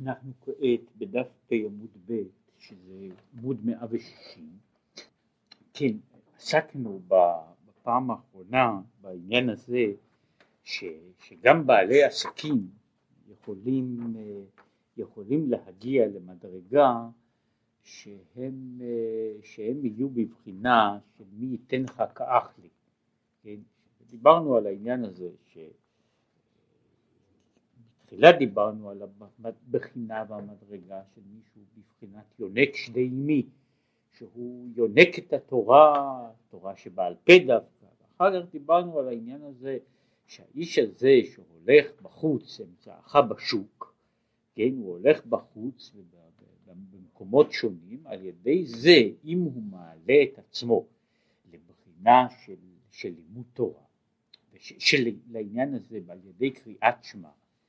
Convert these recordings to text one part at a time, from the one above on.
אנחנו כעת בדף פ' עמוד ב', שזה עמוד 160. כן, עסקנו בפעם האחרונה בעניין הזה שגם בעלי עסקים יכולים להגיע למדרגה שהם יהיו בבחינה של מי ייתן לך כאח לי. כן? דיברנו על העניין הזה בתחילה דיברנו על הבחינה והמדרגה של מישהו בבחינת יונק שדי אמי, שהוא יונק את התורה שבעל פה דווקא. אחר כך דיברנו על העניין הזה שהאיש הזה שהולך בחוץ, אמצעך בשוק, כן, הוא הולך בחוץ במקומות שונים, על ידי זה אם הוא מעלה את עצמו לבחינה של לימוד תורה, לעניין הזה על ידי קריאת שמע,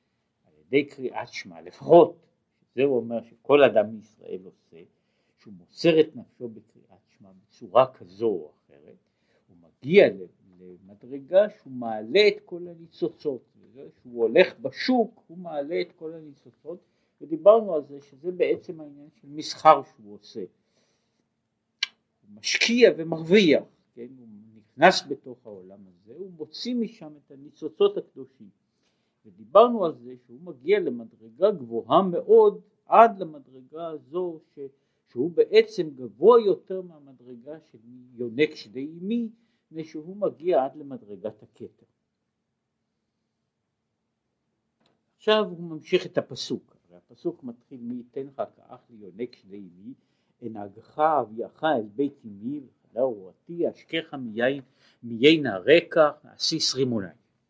לפחות זה הוא אומר שכל אדם מישראל עושה, שהוא מוסר את נפשו בקריאת שמע בצורה כזו או אחרת, הוא מגיע למדרגה שהוא מעלה את כל הניצוצות, שהוא הולך בשוק הוא מעלה את כל הניצוצות, ודיברנו על זה שזה בעצם העניין של מסחר שהוא עושה, הוא משקיע ומרוויח, כן? הוא נכנס בתוך העולם הזה, הוא מוציא משם את הניצוצות הקדושים, ודיברנו על זה שהוא מגיע למדרגה גבוהה מאוד, עד למדרגה הזו שהוא בעצם גבוה יותר מהמדרגה של יונק שדי אמי, שהוא מגיע עד למדרגת הכתר. עכשיו הוא ממשיך את הפסוק, והפסוק מתחיל מי ייתן לך כאח לי יונק שדי אמי, הנהגך אביך אל בית אמי וחלה אורתי אשכך מיין הרקע אסיס רימוני.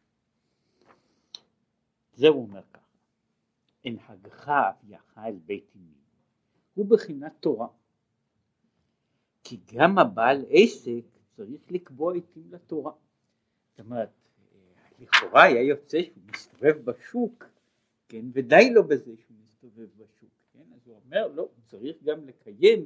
זה הוא אומר ככה, הנהגך אביך אל בית אמי, הוא בחינת תורה, כי גם הבעל עסק צריך לקבוע עיתים לתורה. זאת אומרת, לכאורה היה יוצא שהוא מסתובב בשוק, כן, ודי לו בזה שהוא מסתובב בשוק, כן, אז הוא אומר לא, הוא צריך גם לקיים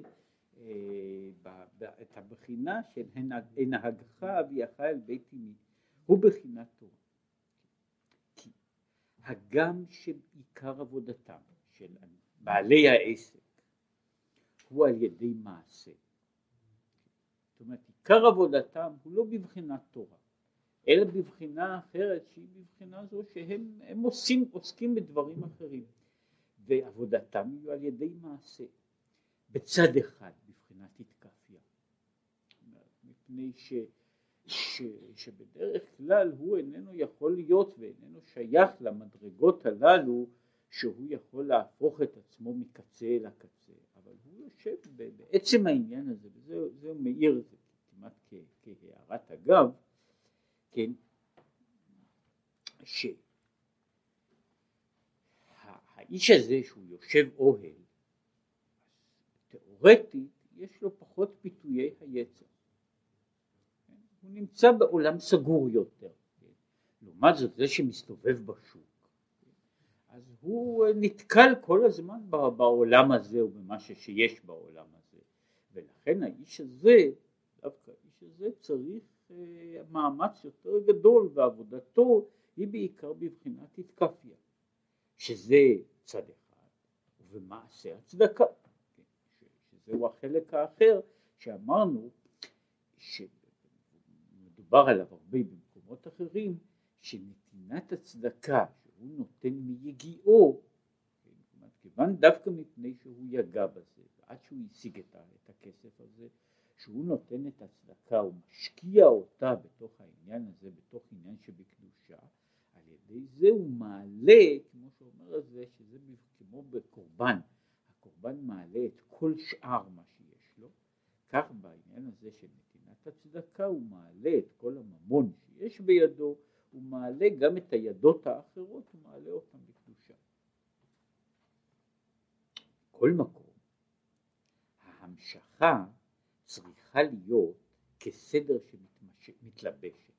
את הבחינה של הנהגך אביך אל בית אמי, הוא בחינת תורה. כי הגם של עיקר עבודתם של בעלי העסק הוא על ידי מעשה, זאת אומרת עיקר עבודתם הוא לא בבחינת תורה, אלא בבחינה אחרת שהיא בבחינה זו שהם עוסקים בדברים אחרים, ועבודתם היא על ידי מעשה. בצד אחד בבחינת התקפיה, מפני שבדרך כלל הוא איננו יכול להיות ואיננו שייך למדרגות הללו שהוא יכול להפוך את עצמו מקצה אל הקצה, אבל הוא יושב בעצם העניין הזה, וזה מאיר את זה כמעט כהערת אגב, כן, שהאיש הזה שהוא יושב אוהל, תיאורטית יש לו פחות פיתויי היצר, כן? הוא נמצא בעולם סגור יותר, כן? לעומת זאת זה שמסתובב בשוק, אז הוא נתקל כל הזמן בעולם הזה ובמה שיש בעולם הזה, ולכן האיש הזה, דווקא האיש הזה צריך מאמץ יותר גדול, ועבודתו היא בעיקר בבחינת התקפיה, שזה צד אחד, ובמעשה הצדקה, שזהו החלק האחר שאמרנו שמדובר עליו הרבה במקומות אחרים, שנתינת הצדקה הוא נותן מיגיעו, כיוון דווקא מפני שהוא יגע בזה, ועד שהוא השיג את הכסף הזה, שהוא נותן את הצדקה, הוא משקיע אותה בתוך העניין הזה, בתוך עניין שבקדושה, על ידי זה הוא מעלה, כמו שאומר הזה, שזה כמו בקורבן, הקורבן מעלה את כל שאר מה שיש לו, כך בעניין הזה של נתינת הצדקה, הוא מעלה את כל הממון שיש בידו, הוא מעלה גם את הידות האחרות, הוא מעלה אותם בקדושה. כל מקום, ההמשכה צריכה להיות כסדר שמתלבשת.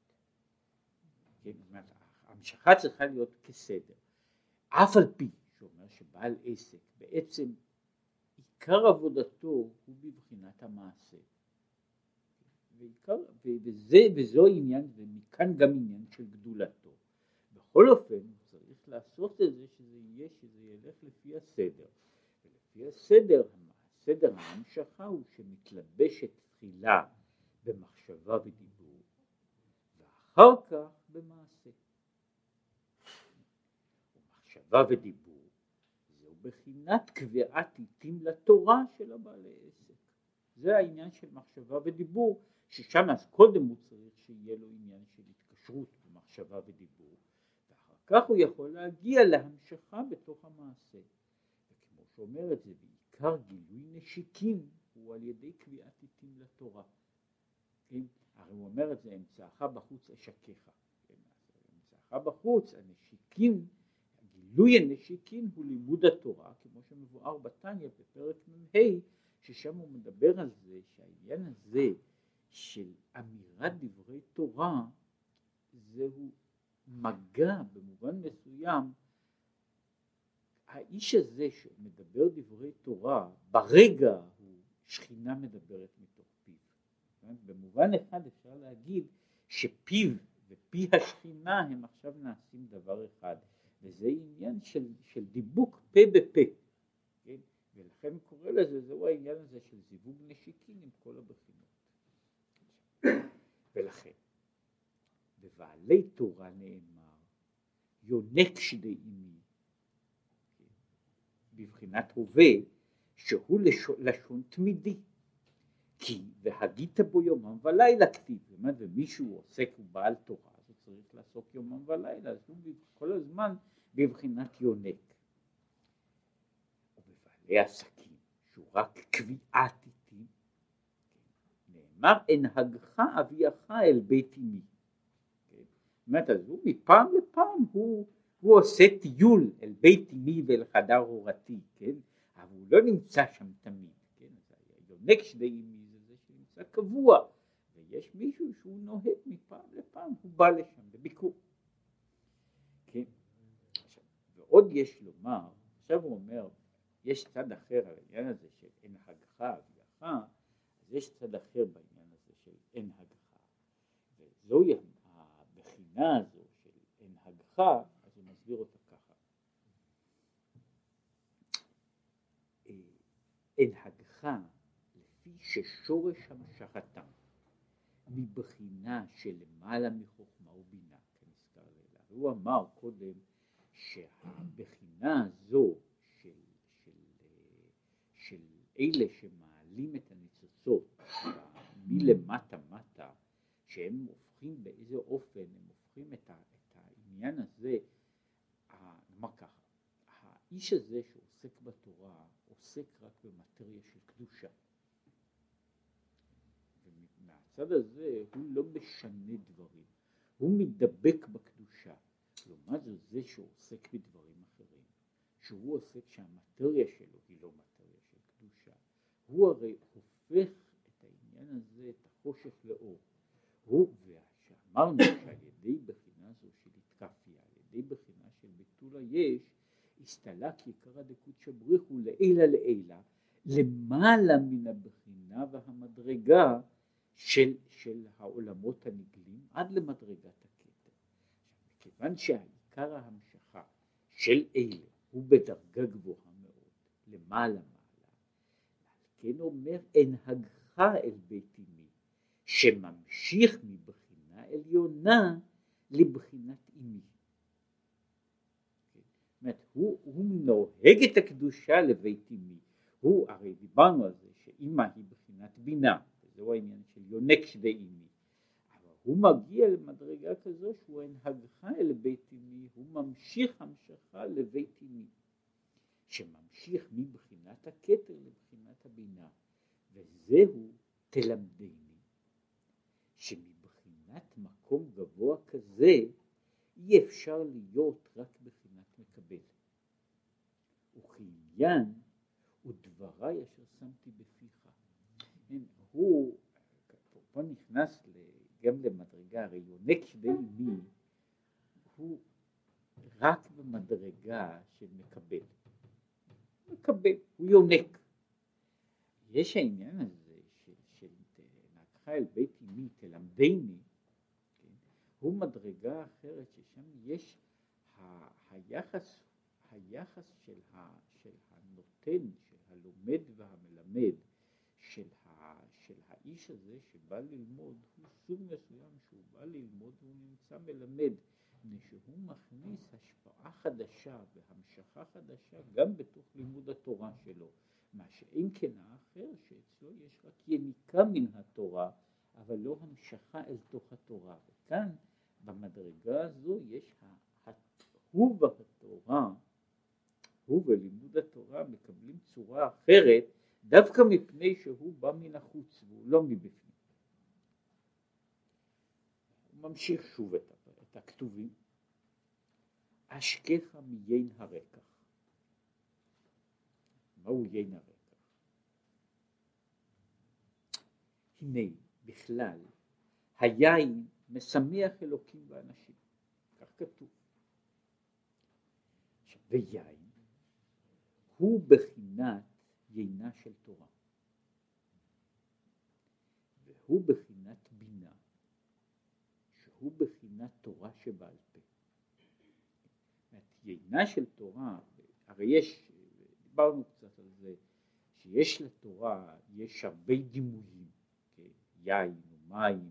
ההמשכה צריכה להיות כסדר. אף על פי שאומר שבעל עסק בעצם עיקר עבודתו הוא בבחינת המעשה. וזו עניין, ומכאן גם עניין של גדולתו. בכל אופן צריך צריך לעשות את זה שזה ילך לפי הסדר. ולפי הסדר, סדר ההמשכה הוא שמתלבשת תחילה במחשבה ודיבור, ואחר כך במעשה. ומחשבה ודיבור זהו בחינת קביעת עיתים לתורה של הבעלי עסק. זה העניין של מחשבה ודיבור, ששם אז קודם הוא צריך שיהיה לו עניין של התקשרות במחשבה ודיבור, ואחר כך הוא יכול להגיע להמשכה בתוך המעשה. וכמו שאומר את זה, בעיקר גילוי נשיקים הוא על ידי קביעת עיתים לתורה. כן? הרי הוא אומר את זה, אמצעך בחוץ אשקיך. כן? אמצעך בחוץ, הנשיקים, גילוי הנשיקים הוא לימוד התורה, כמו שמבואר בתניא בפרק מ"ה, ששם הוא מדבר על זה שהעניין הזה של אמירת דברי תורה זהו מגע במובן מסוים. האיש הזה שמדבר דברי תורה ברגע הוא שכינה מדברת מתוך פיו. במובן אחד אפשר להגיד שפיו ופי השכינה הם עכשיו נעשים דבר אחד, וזה עניין של דיבוק פה בפה. כן? ולכן קורא לזה, זהו העניין הזה של זיווג נשיקין עם כל הבחינות. ולכן בבעלי תורה נאמר יונק שדי אימי, בבחינת הווה, שהוא לשון תמידי, כי והגית בו יומם ולילה כתיב. ומישהו עוסק ובעל תורה, אז הוא צריך לעסוק יומם ולילה, אז הוא כל הזמן בבחינת יונק. ובבעלי עסקים שהוא רק קביעת איתי, נאמר הנהגך אביך אל בית אמי. זאת אומרת, אז הוא מפעם לפעם הוא עושה טיול אל בית אמי ואל חדר הורתי, כן? אבל הוא לא נמצא שם תמיד, כן? יונק שדי אמי זה שנמצא קבוע, ויש מישהו שהוא נוהג מפעם לפעם, הוא בא לשם בביקור. כן? עכשיו, ועוד יש לומר, עכשיו הוא אומר, יש צד אחר על העניין הזה של אין הגך אביך, אז יש צד אחר בעניין הזה של אין הגך, וזוהי הבחינה הזו של אין הגך, אז הוא מסביר אותה ככה. אין הגך לפי ששורש המשכתם מבחינה של למעלה מחוכמה ובינה, כנזכר לילה. הוא אמר קודם שהבחינה הזו של אלה שמעלים את הניצוצות מלמטה מטה, שהם הופכים באיזה אופן, הם הופכים את העניין הזה, נאמר ככה, האיש הזה שעוסק בתורה עוסק רק במטריה של קדושה, ומהצד הזה הוא לא משנה דברים, הוא מדבק בקדושה. לעומת זאת זה שעוסק בדברים אחרים, שהוא עוסק שהמטריה שלו היא לא מטריה של קדושה, הוא הרי הופך את העניין הזה, את החושך לאור. הוא, ושאמרנו שעל ידי בחינה זו של התקפיה, על ידי בחינה של ביטול היש, הסתלק יקרא דקודשא בריך הוא לעילה למעלה מן הבחינה והמדרגה של העולמות הנגלים עד למדרגת הכתר. מכיוון שהעיקר ההמשכה של אלה הוא בדרגה גבוהה מאוד, למעלה מעלה, כן אומר אין הגך אל בית אמי, שממשיך מבחינה עליונה לבחינת אמי. זאת אומרת, הוא נוהג את הקדושה לבית אמי. הוא, הרי דיברנו על זה שאמא היא בחינת בינה, וזהו העניין של יונק שדי אמי. אבל הוא מגיע למדרגה כזו שהוא הנהגך אל בית אמי, הוא ממשיך המשכה לבית אמי, שממשיך מבחינת הכתר לבחינת הבינה. וזהו תלמדני, שמבחינת מקום גבוה כזה אי אפשר להיות רק בחינת מקבל. וכעניין ודבריי אשר שמתי בפיך. הוא פה נכנס גם למדרגה, הרי יונק שדי אמי הוא רק במדרגה של מקבל. מקבל, הוא יונק. יש העניין הזה של נהגך אל בית אמי תלמדני, כן? הוא מדרגה אחרת ששם יש היחס של הנותן, של הלומד והמלמד, של האיש הזה שבא ללמוד, הוא סוג מסוים שהוא בא ללמוד והוא נמצא מלמד, שהוא מכניס השפעה חדשה והמשכה חדשה גם בתוך לימוד התורה שלו, מה שאין כן האחר שאצלו יש רק יניקה מן התורה אבל לא המשכה אל תוך התורה. וכאן במדרגה הזו יש הוא והתורה, הוא ולימוד התורה מקבלים צורה אחרת דווקא מפני שהוא בא מן החוץ והוא לא מבפנים. הוא ממשיך שוב את הכתובים. אשכך מיין הרקח. מהו יין הרקח? הנה בכלל היין משמח אלוקים ואנשים, כך כתוב. ויין הוא בחינת יינה של תורה, והוא בחינת בינה, שהוא בחינת תורה שבעל פה. יינה של תורה, הרי יש, דיברנו קצת על זה, שיש לתורה, יש הרבה דימויים, יין ומים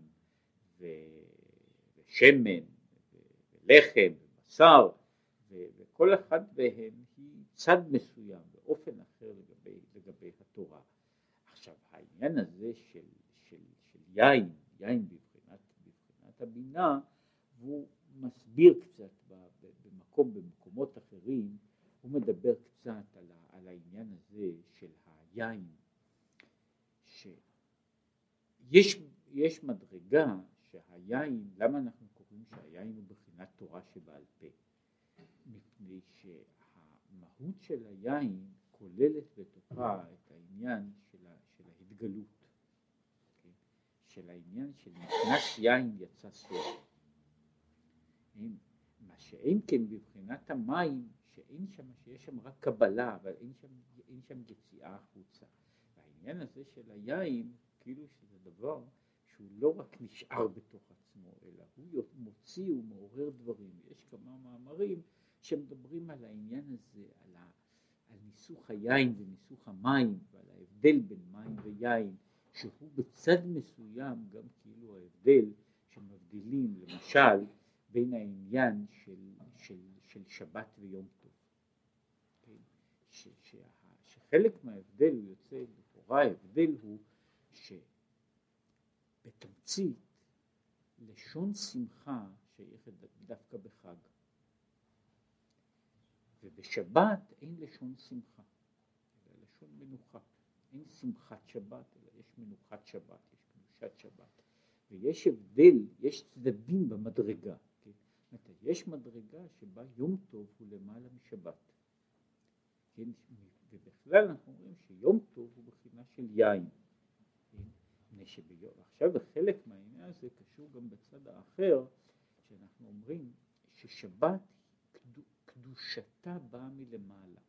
ושמן ולחם ובשר, וכל אחד מהם היא צד מסוים באופן אחר לגבי התורה. עכשיו העניין הזה של יין בבחינת הבינה, הוא מסביר קצת במקומות אחרים, הוא מדבר קצת על העניין הזה של היין, שיש מדרגה שהיין, למה אנחנו קוראים שהיין הוא בחינת תורה שבעל פה? מפני שהמהות של היין כוללת בתוכה את העניין של ההתגלות, של העניין של נכנס יין יצא סוף. מה שאין כן בבחינת המים, שיש שם רק קבלה, אבל אין שם יציאה החוצה. והעניין הזה של היין, כאילו שזה דבר שהוא לא רק נשאר בתוך עצמו, אלא הוא מוציא ומעורר דברים. יש כמה מאמרים שמדברים על העניין הזה, על ניסוך היין וניסוך המים, ועל ההבדל בין מים ויין, שהוא בצד מסוים גם כאילו ההבדל שמבדילים, למשל, בין העניין של שבת ויום טוב. שחלק מההבדל הוא יוצא, לכאורה ההבדל הוא שבתמצית לשון שמחה שייכת דווקא בחג, ובשבת אין לשון שמחה, אלא לשון מנוחה. אין שמחת שבת, אלא יש מנוחת שבת, יש קדושת שבת. ויש הבדל, יש צדדים במדרגה. כן? יש מדרגה שבה יום טוב הוא למעלה משבת. כן? ובכלל אנחנו אומרים שיום טוב הוא בחינה של יין. כן? עכשיו חלק מהעניין הזה קשור גם בצד האחר, שאנחנו אומרים ששבת קדושתה באה מלמעלה.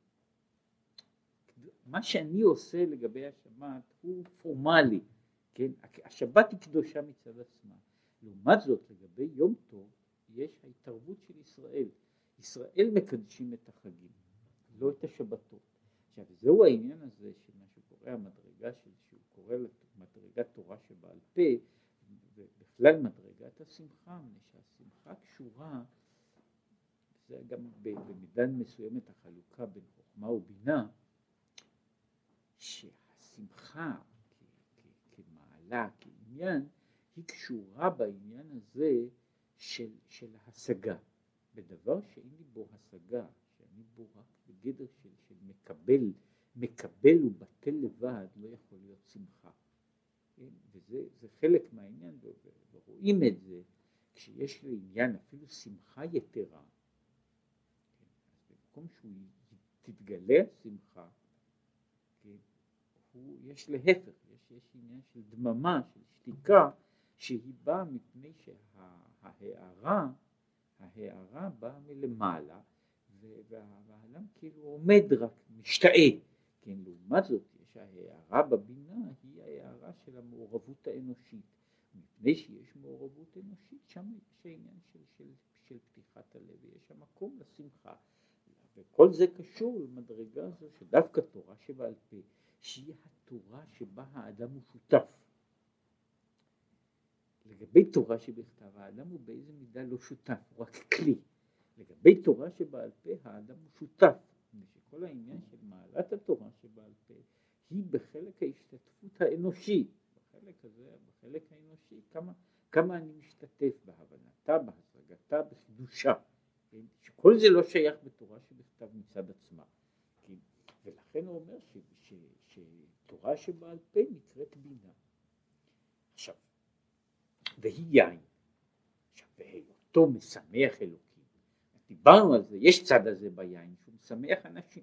מה שאני עושה לגבי השבת הוא פורמלי, כן? השבת היא קדושה מצד עצמה. לעומת זאת לגבי יום טוב יש ההתערבות של ישראל. ישראל מקדשים את החגים, לא את השבתות. עכשיו זהו העניין הזה שמה שקורא המדרגה שהוא קורא למדרגת תורה שבעל פה, ובכלל מדרגת השמחה, שהשמחה קשורה, זה גם במידה מסוימת החלוקה בין חוכמה ובינה, שהשמחה כמעלה, כעניין, היא קשורה בעניין הזה של ההשגה, בדבר שאין לי בו השגה, שאני בו רק בגדר של מקבל ובטל לבד, לא יכול להיות שמחה. וזה חלק מהעניין, ורואים את זה כשיש לי עניין אפילו שמחה יתרה, במקום שהוא תתגלה שמחה, יש להפך, יש עניין של דממה, של שתיקה, שהיא באה מפני שההערה באה מלמעלה, והאדם כאילו עומד רק משתאה. כן, לעומת זאת יש ההערה בבינה, היא ההערה של המעורבות האנושית. מפני שיש מעורבות אנושית, שם יש העניין של פתיחת הלב, ויש המקום לשמחה. וכל זה קשור למדרגה הזו שדווקא תורה שבעל פה, שהיא התורה שבה האדם הוא שותף. לגבי תורה שבכתב, האדם הוא באיזה מידה לא שותף, הוא רק כלי. לגבי תורה שבעל פה, האדם הוא שותף. כל העניין של מעלת התורה שבעל פה, היא בחלק ההשתתפות האנושי. בחלק הזה, בחלק האנושי, כמה אני משתתף בהבנתה, בהשגתה, בחידושה. שכל זה לא שייך בתורה שבכתב מצד עצמה. ולכן הוא אומר שתורה שבעל פה נקראת בינה. עכשיו, והיא יין. עכשיו, והיותו משמח אלוקים. דיברנו על זה, יש צד הזה ביין, שהוא משמח אנשים.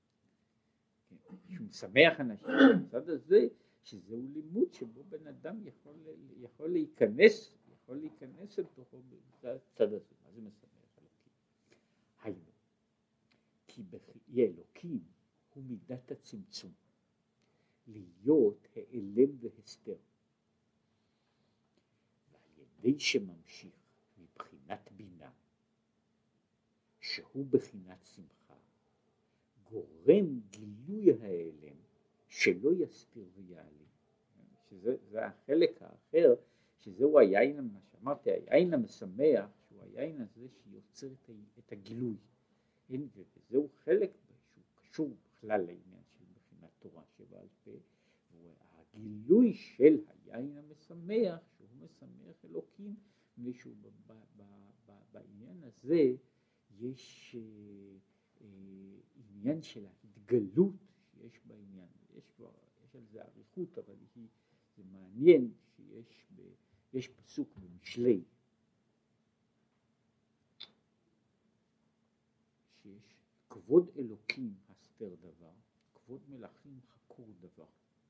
שהוא משמח אנשים, הצד הזה, שזהו לימוד שבו בן אדם יכול להיכנס אל תוכו בצד הזה. מה זה משמח אלוקים? היינו, כי בחיי אלוקים הוא מידת הצמצום, להיות העלם והסתר. ועל ידי שממשיך מבחינת בינה, שהוא בחינת שמחה, גורם גילוי העלם שלא יסתיר ויעלם. שזה החלק האחר, שזהו היין, מה שאמרתי, היין המשמח, שהוא היין הזה שיוצר את הגילוי. וזהו חלק שהוא קשור בכלל לעניין של בחינת תורה שבעל פה, והגילוי של היין המשמח, שהוא משמח אלוקים, מישהו בעניין הזה יש עניין של ההתגלות שיש בעניין. יש על זה עריכות, אבל זה מעניין שיש פסוק במשלי, שיש כבוד אלוקים הסתר דבר, כבוד מלכים חקור דבר.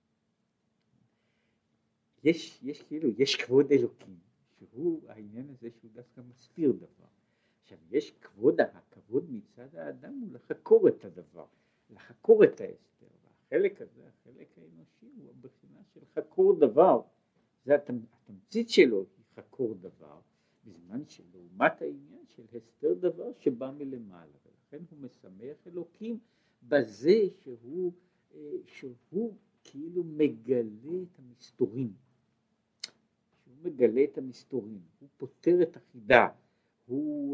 יש כבוד אלוקים, שהוא העניין הזה שהוא דווקא מסתיר דבר. עכשיו יש הכבוד מצד האדם הוא לחקור את הדבר, לחקור את ההסתר. והחלק הזה, החלק האנושי, הוא הבחינה של חקור דבר. זה התמצית שלו, היא חקור דבר, בזמן שלעומת העניין של הסתר דבר שבא מלמעלה. ולכן הוא משמח אלוקים בזה שהוא כאילו מגלה את המסתורים. שהוא מגלה את המסתורים, הוא פותר את החידה. הוא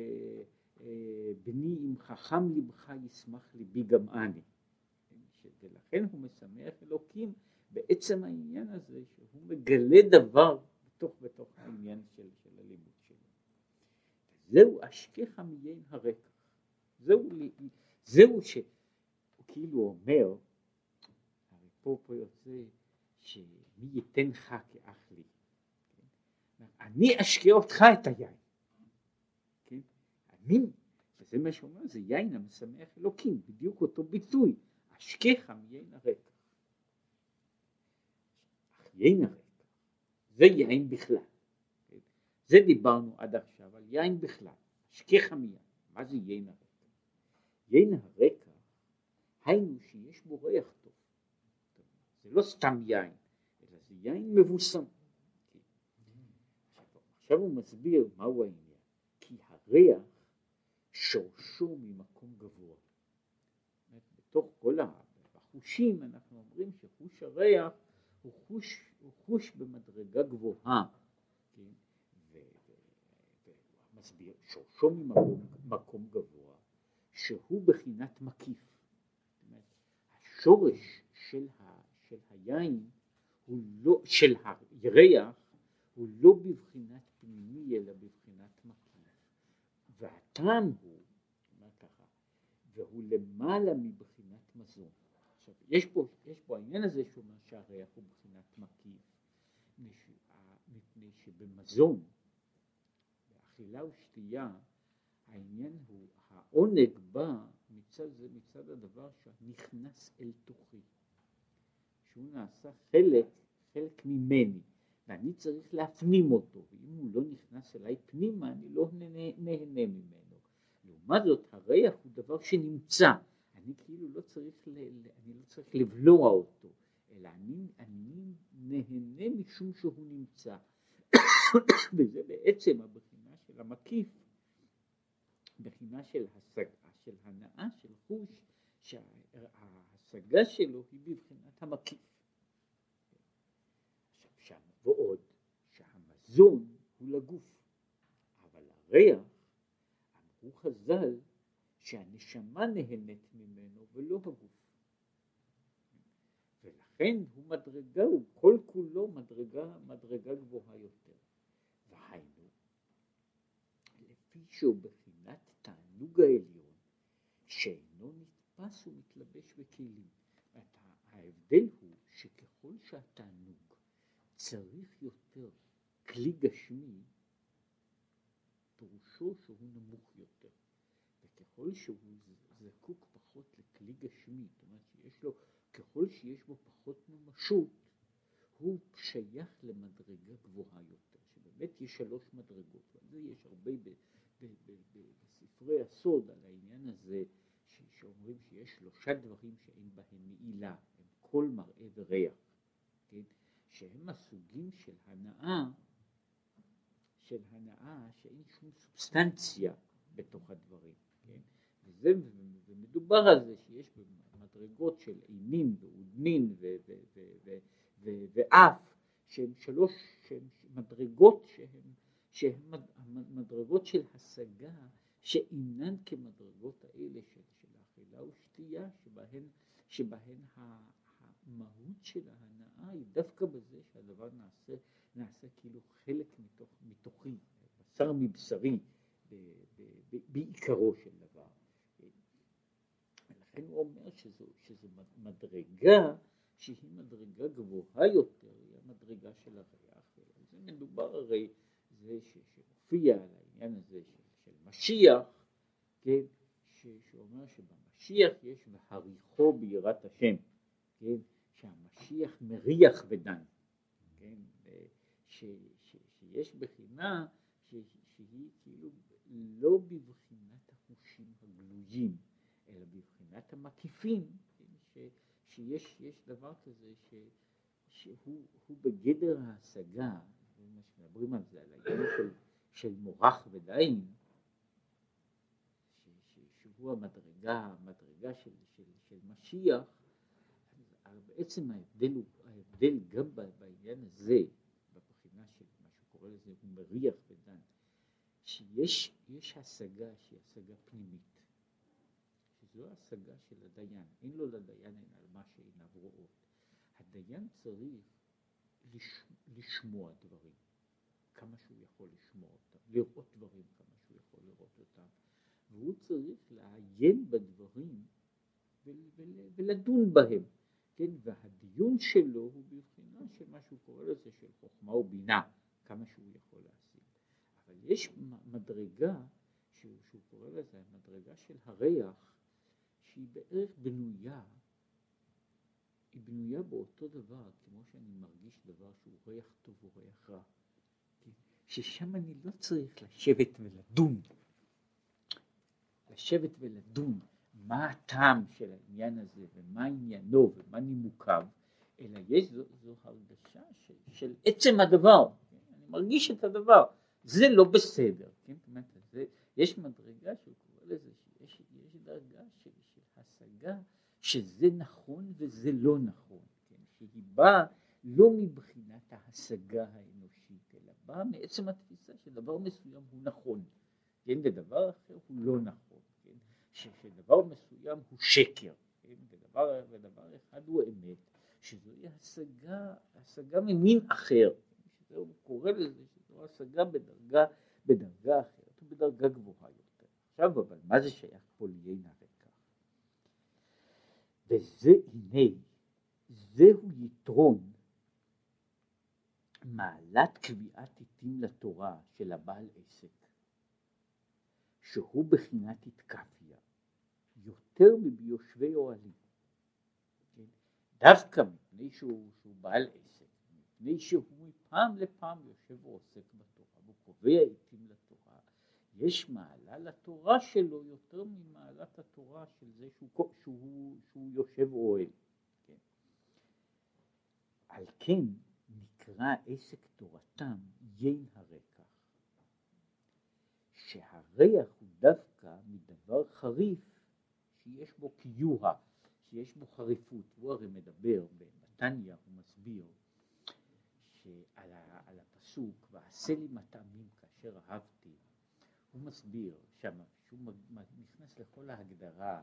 בני אם חכם לבך ישמח ליבי גם אני. ולכן הוא משמח אלוקים בעצם העניין הזה שהוא מגלה דבר בתוך העניין של הלימוד שלו. זהו אשכך מיין הרקע. זהו שהוא כאילו אומר, הרי פה יוצא שמי ייתנך כאח לי. אני אשקה אותך את היין. וזה מה שאומר, זה יין המשמח אלוקים, בדיוק אותו ביטוי, אשכך מיין הרקע. אך יין הרקע, זה יין בכלל. זה דיברנו עד עכשיו על יין בכלל, אשכך מיין. מה זה יין הרקע? יין הרקע, היינו שיש בו ריח טוב. זה לא סתם יין, אלא זה יין מבוסם. עכשיו הוא מסביר מהו העניין. כי הריח שורשו ממקום גבוה. בתוך כל החושים אנחנו אומרים שחוש הריח הוא חוש במדרגה גבוהה. ומסביר שורשו ממקום גבוה שהוא בחינת מקיף. השורש של היין הוא לא, של הירח הוא לא בבחינת פנימי אלא בבחינת מקיף. והטעם הוא, ככה, והוא למעלה מבחינת מזון. עכשיו, יש פה העניין הזה שאומר שהריח הוא בחינת מקיף, מפני שבמזון, באכילה ושתייה, העניין הוא, העונג בא מצד הדבר שנכנס אל תוכי, שהוא נעשה חלק ממני, ואני צריך להפנים אותו, ואם הוא לא נכנס אליי פנימה, אני לא נהנה ממנו. לעומת זאת, הריח הוא דבר שנמצא, אני כאילו לא צריך לבלוע אותו, אלא אני נהנה משום שהוא נמצא. וזה בעצם הבחינה של המקיף, בחינה של השגה, של הנאה, של חוש, שההשגה שלו היא בבחינת המקיף. עכשיו ועוד, שהמזון הוא לגוף, אבל הריח, אמרו חז"ל, שהנשמה נהנית ממנו ולא הגוף. ולכן הוא מדרגה, הוא כל כולו מדרגה גבוהה יותר. והיינו, לפי שהוא בחינת תענוג העליון, שאינו נתפס ומתלבש בכלים. ההבדל הוא שככל שהתענוג צריך יותר כלי גשמי, פירושו שהוא נמוך יותר. וככל שהוא זקוק פחות לכלי גשמי, זאת אומרת שיש לו, ככל שיש בו פחות ממשות, הוא שייך למדרגה גבוהה יותר. שבאמת יש 3 מדרגות, ועל זה יש הרבה בספרי הסוד על העניין הזה, שאומרים שיש 3 דברים שאין בהם מעילה, הם כל מראה וריח, כן? שהם הסוגים של הנאה, שאין שום סובסטנציה בתוך הדברים, כן? ומדובר על זה שיש מדרגות של עינין ועודנין ואף, שהן 3 מדרגות שהן מדרגות של השגה, שאינן כמדרגות האלה של האכילה ושתייה, שבהן המהות של ההנאה היא דווקא בזה שהדבר נעשה כאילו חלק מתוכי, בשר מבשרי בעיקרו של דבר. ולכן הוא אומר שזו מדרגה שהיא מדרגה גבוהה יותר, היא המדרגה של הריח. זה מדובר הרי זה שמופיע על העניין הזה של משיח, כן? שאומר שבמשיח יש והריחו ביראת השם, כן? שהמשיח מריח ודן, כן? שיש בחינה שהיא כאילו לא בבחינת החושים הגלויים, אלא בבחינת המקיפים, כן? שיש דבר כזה שהוא בגדר ההשגה, מדברים על זה, על העניין של מורח ודין, שהוא המדרגה של משיח. בעצם ההבדל גם בעניין הזה, בבחינה של מה שקורא לזה, הוא מריח ודן, שיש השגה שהיא השגה פנימית, שזו השגה של הדיין, אין לו לדיין על מה שעיניו רואות. הדיין צריך לשמוע דברים, כמה שהוא יכול לשמוע אותם, לראות דברים כמה שהוא יכול לראות אותם, והוא צריך לעיין בדברים ולדון בהם, כן? והדיון שלו הוא בבחינה של מה שהוא קורא לזה של חוכמה ובינה, כמה שהוא יכול להשיג. אבל יש מדרגה שהוא קורא לזה, מדרגה של הריח, שהיא בערך בנויה, היא בנויה באותו דבר, כמו שאני מרגיש דבר שהוא ריח טוב או ריח רע, כן? ששם אני לא צריך לשבת ולדון מה הטעם של העניין הזה ומה עניינו ומה נימוקיו, אלא זו הרגשה של עצם הדבר, כן? אני מרגיש את הדבר, זה לא בסדר, כן? זאת אומרת, יש מדרגה שהוא קורא לזה, שיש דרגה של השגה שזה נכון וזה לא נכון, כן? שהיא באה לא מבחינת ההשגה האנושית, אלא באה מעצם התפיסה שדבר מסוים הוא נכון, כן? ודבר אחר הוא לא נכון, כן? שדבר מסוים הוא שקר, כן? ודבר אחד הוא אמת, שזוהי השגה ממין אחר, שזה הוא קורא לזה שזו השגה בדרגה אחרת ובדרגה גבוהה יותר. עכשיו אבל מה זה שייך פה לעין הרקע? וזה הנה, זהו יתרון מעלת קביעת עיתים לתורה של הבעל עסק, שהוא בחינת התקפיה יותר מביושבי אוהלים, כן? דווקא מפני שהוא בעל עסק, מפני שהוא מפעם לפעם יושב ועוסק בתורה והוא קובע עיתים לתורה, יש מעלה לתורה שלו יותר ממעלת התורה של זה שהוא יושב אוהל, כן? על כן נקרא עסק תורתם יין הרקח, שהריח הוא דווקא מדבר חריף שיש בו קיוה, שיש בו חריפות. הוא הרי מדבר בתניא, הוא מסביר שעל הפסוק ועשה לי מטעמים כאשר אהבתי, הוא מסביר שם שהוא נכנס לכל ההגדרה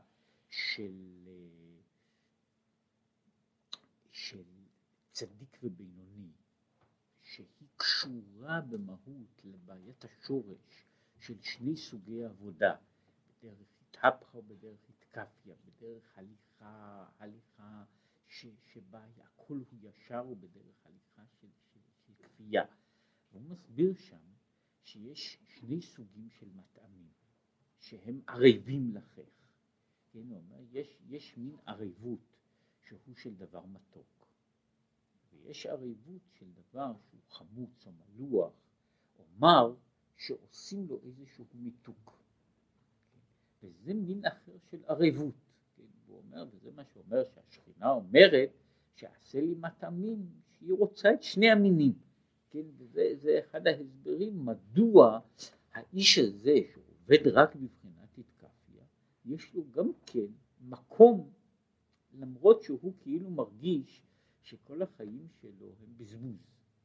של צדיק ובינוני, שהיא קשורה במהות לבעיית השורש של שני סוגי עבודה, בדרך התהפכה ובדרך התקפיה, בדרך הליכה שבה הכל הוא ישר ובדרך הליכה של כפייה. הוא מסביר שם שיש שני סוגים של מטעמים שהם ערבים לכך. כן, הוא אומר, יש מין ערבות שהוא של דבר מתוק, ויש ערבות של דבר שהוא חמוץ או מלוח או מר שעושים לו איזשהו מיתוק. כן? וזה מין אחר של ערבות. כן? הוא אומר, וזה מה שאומר שהשכינה אומרת שעשה לי מטעמים, שהיא רוצה את שני המינים. כן? וזה אחד ההסברים מדוע האיש הזה שעובד רק בבחינת התקפיה, יש לו גם כן מקום, למרות שהוא כאילו מרגיש שכל החיים שלו הם בזבוז.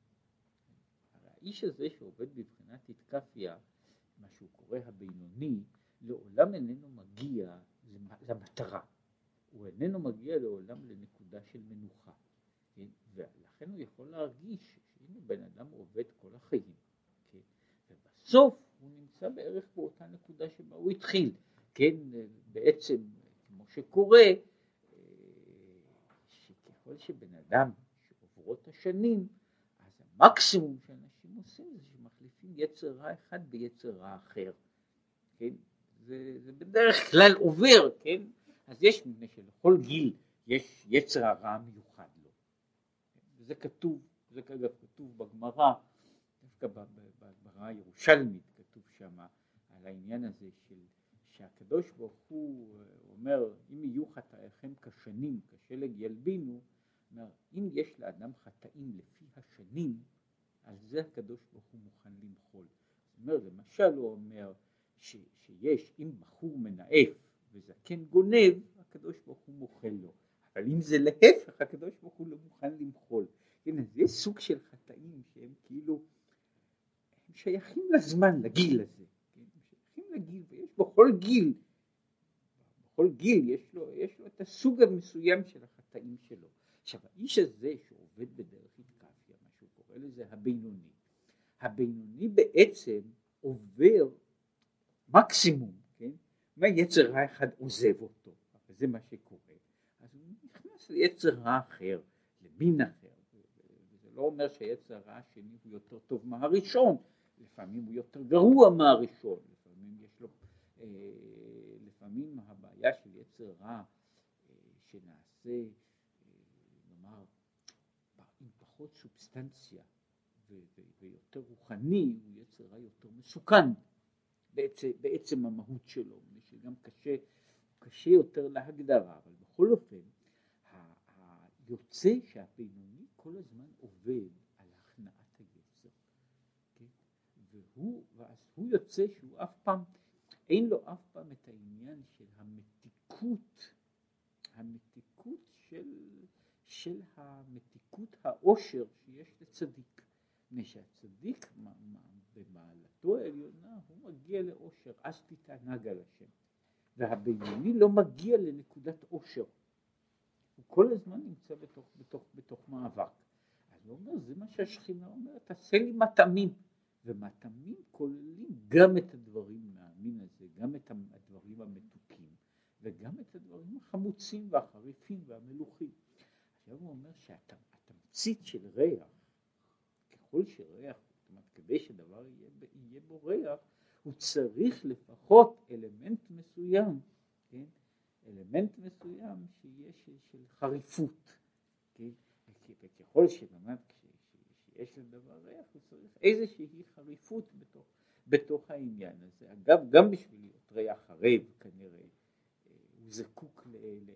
האיש הזה שעובד בבחינת התקפיה, מה שהוא קורא הבינוני, לעולם איננו מגיע למטרה. הוא איננו מגיע לעולם לנקודה של מנוחה. כן? ולכן הוא יכול להרגיש שהנה בן אדם עובד כל החיים. כן? ובסוף הוא נמצא בערך באותה נקודה שבה הוא התחיל. כן? בעצם, כמו שקורה, שככל שבן אדם שעוברות השנים, אז המקסימום שאנשים עושים זה שמחליפים יצר רע אחד ביצר רע אחר. כן? זה בדרך כלל עובר, כן? אז יש מפני שלכל גיל יש יצר הרע המיוחד לו. וזה כתוב, זה אגב כתוב בגמרא, דווקא בגמרא הירושלמית כתוב שם על העניין הזה שהקדוש ברוך הוא אומר, אם יהיו חטאיכם כשנים, כשלג ילבינו, אומר, אם יש לאדם חטאים לפי השנים, על זה הקדוש ברוך הוא מוכן למחול. זאת אומרת, למשל הוא אומר שיש, אם בחור מנאף וזקן גונב, הקדוש ברוך הוא מוחל לו. אבל אם זה להפך, הקדוש ברוך הוא לא מוכן למחול. הנה, זה סוג של חטאים שהם כאילו, הם שייכים לזמן, לגיל הזה. הם שייכים לגיל, ויש בכל גיל, יש לו את הסוג המסוים של החטאים שלו. עכשיו, האיש הזה שעובד בדרך התקפיה, מה שהוא קורא לזה הבינוני בעצם עובר מקסימום, כן? מהיצר רע אחד עוזב אותו, וזה מה שקורה. אז הוא נכנס ליצר רע אחר, למין אחר, וזה לא אומר שהיצר הרע השני הוא יותר טוב מהראשון, לפעמים הוא יותר גרוע מהראשון, לפעמים יש לו, לפעמים הבעיה של יצר רע שנעשה, נאמר, עם פחות סובסטנציה ויותר רוחני, הוא יצר רע יותר מסוכן בעצם המהות שלו, שגם קשה יותר להגדרה, אבל בכל אופן היוצא שהבינוני כל הזמן עובד על הכנעת היצר, כן? ואז הוא יוצא שהוא אף פעם, אין לו אף פעם את העניין של המתיקות של המתיקות העושר שיש לצדיק. שהצדיק במעלתו העליונה הוא מגיע לעושר, אז תתענג על השם. והבינוני לא מגיע לנקודת עושר. הוא כל הזמן נמצא בתוך מאבק. אז הוא אומר, זה מה שהשכינה אומרת, תעשה לי מטעמים. ומטעמים כוללים גם את הדברים מהמין הזה, גם את הדברים המתוקים, וגם את הדברים החמוצים והחריפים והמלוכים. עכשיו הוא אומר שהתמצית של ריח, ככל שריח, זאת אומרת, כדי שדבר יהיה בו ריח, הוא צריך לפחות אלמנט מסוים, כן? אלמנט מסוים שיש של חריפות, כן? וככל שבאמת שיש לדבר ריח, הוא צריך איזושהי חריפות בתוך העניין הזה. אגב, גם בשביל להיות ריח חרב כנראה, הוא זקוק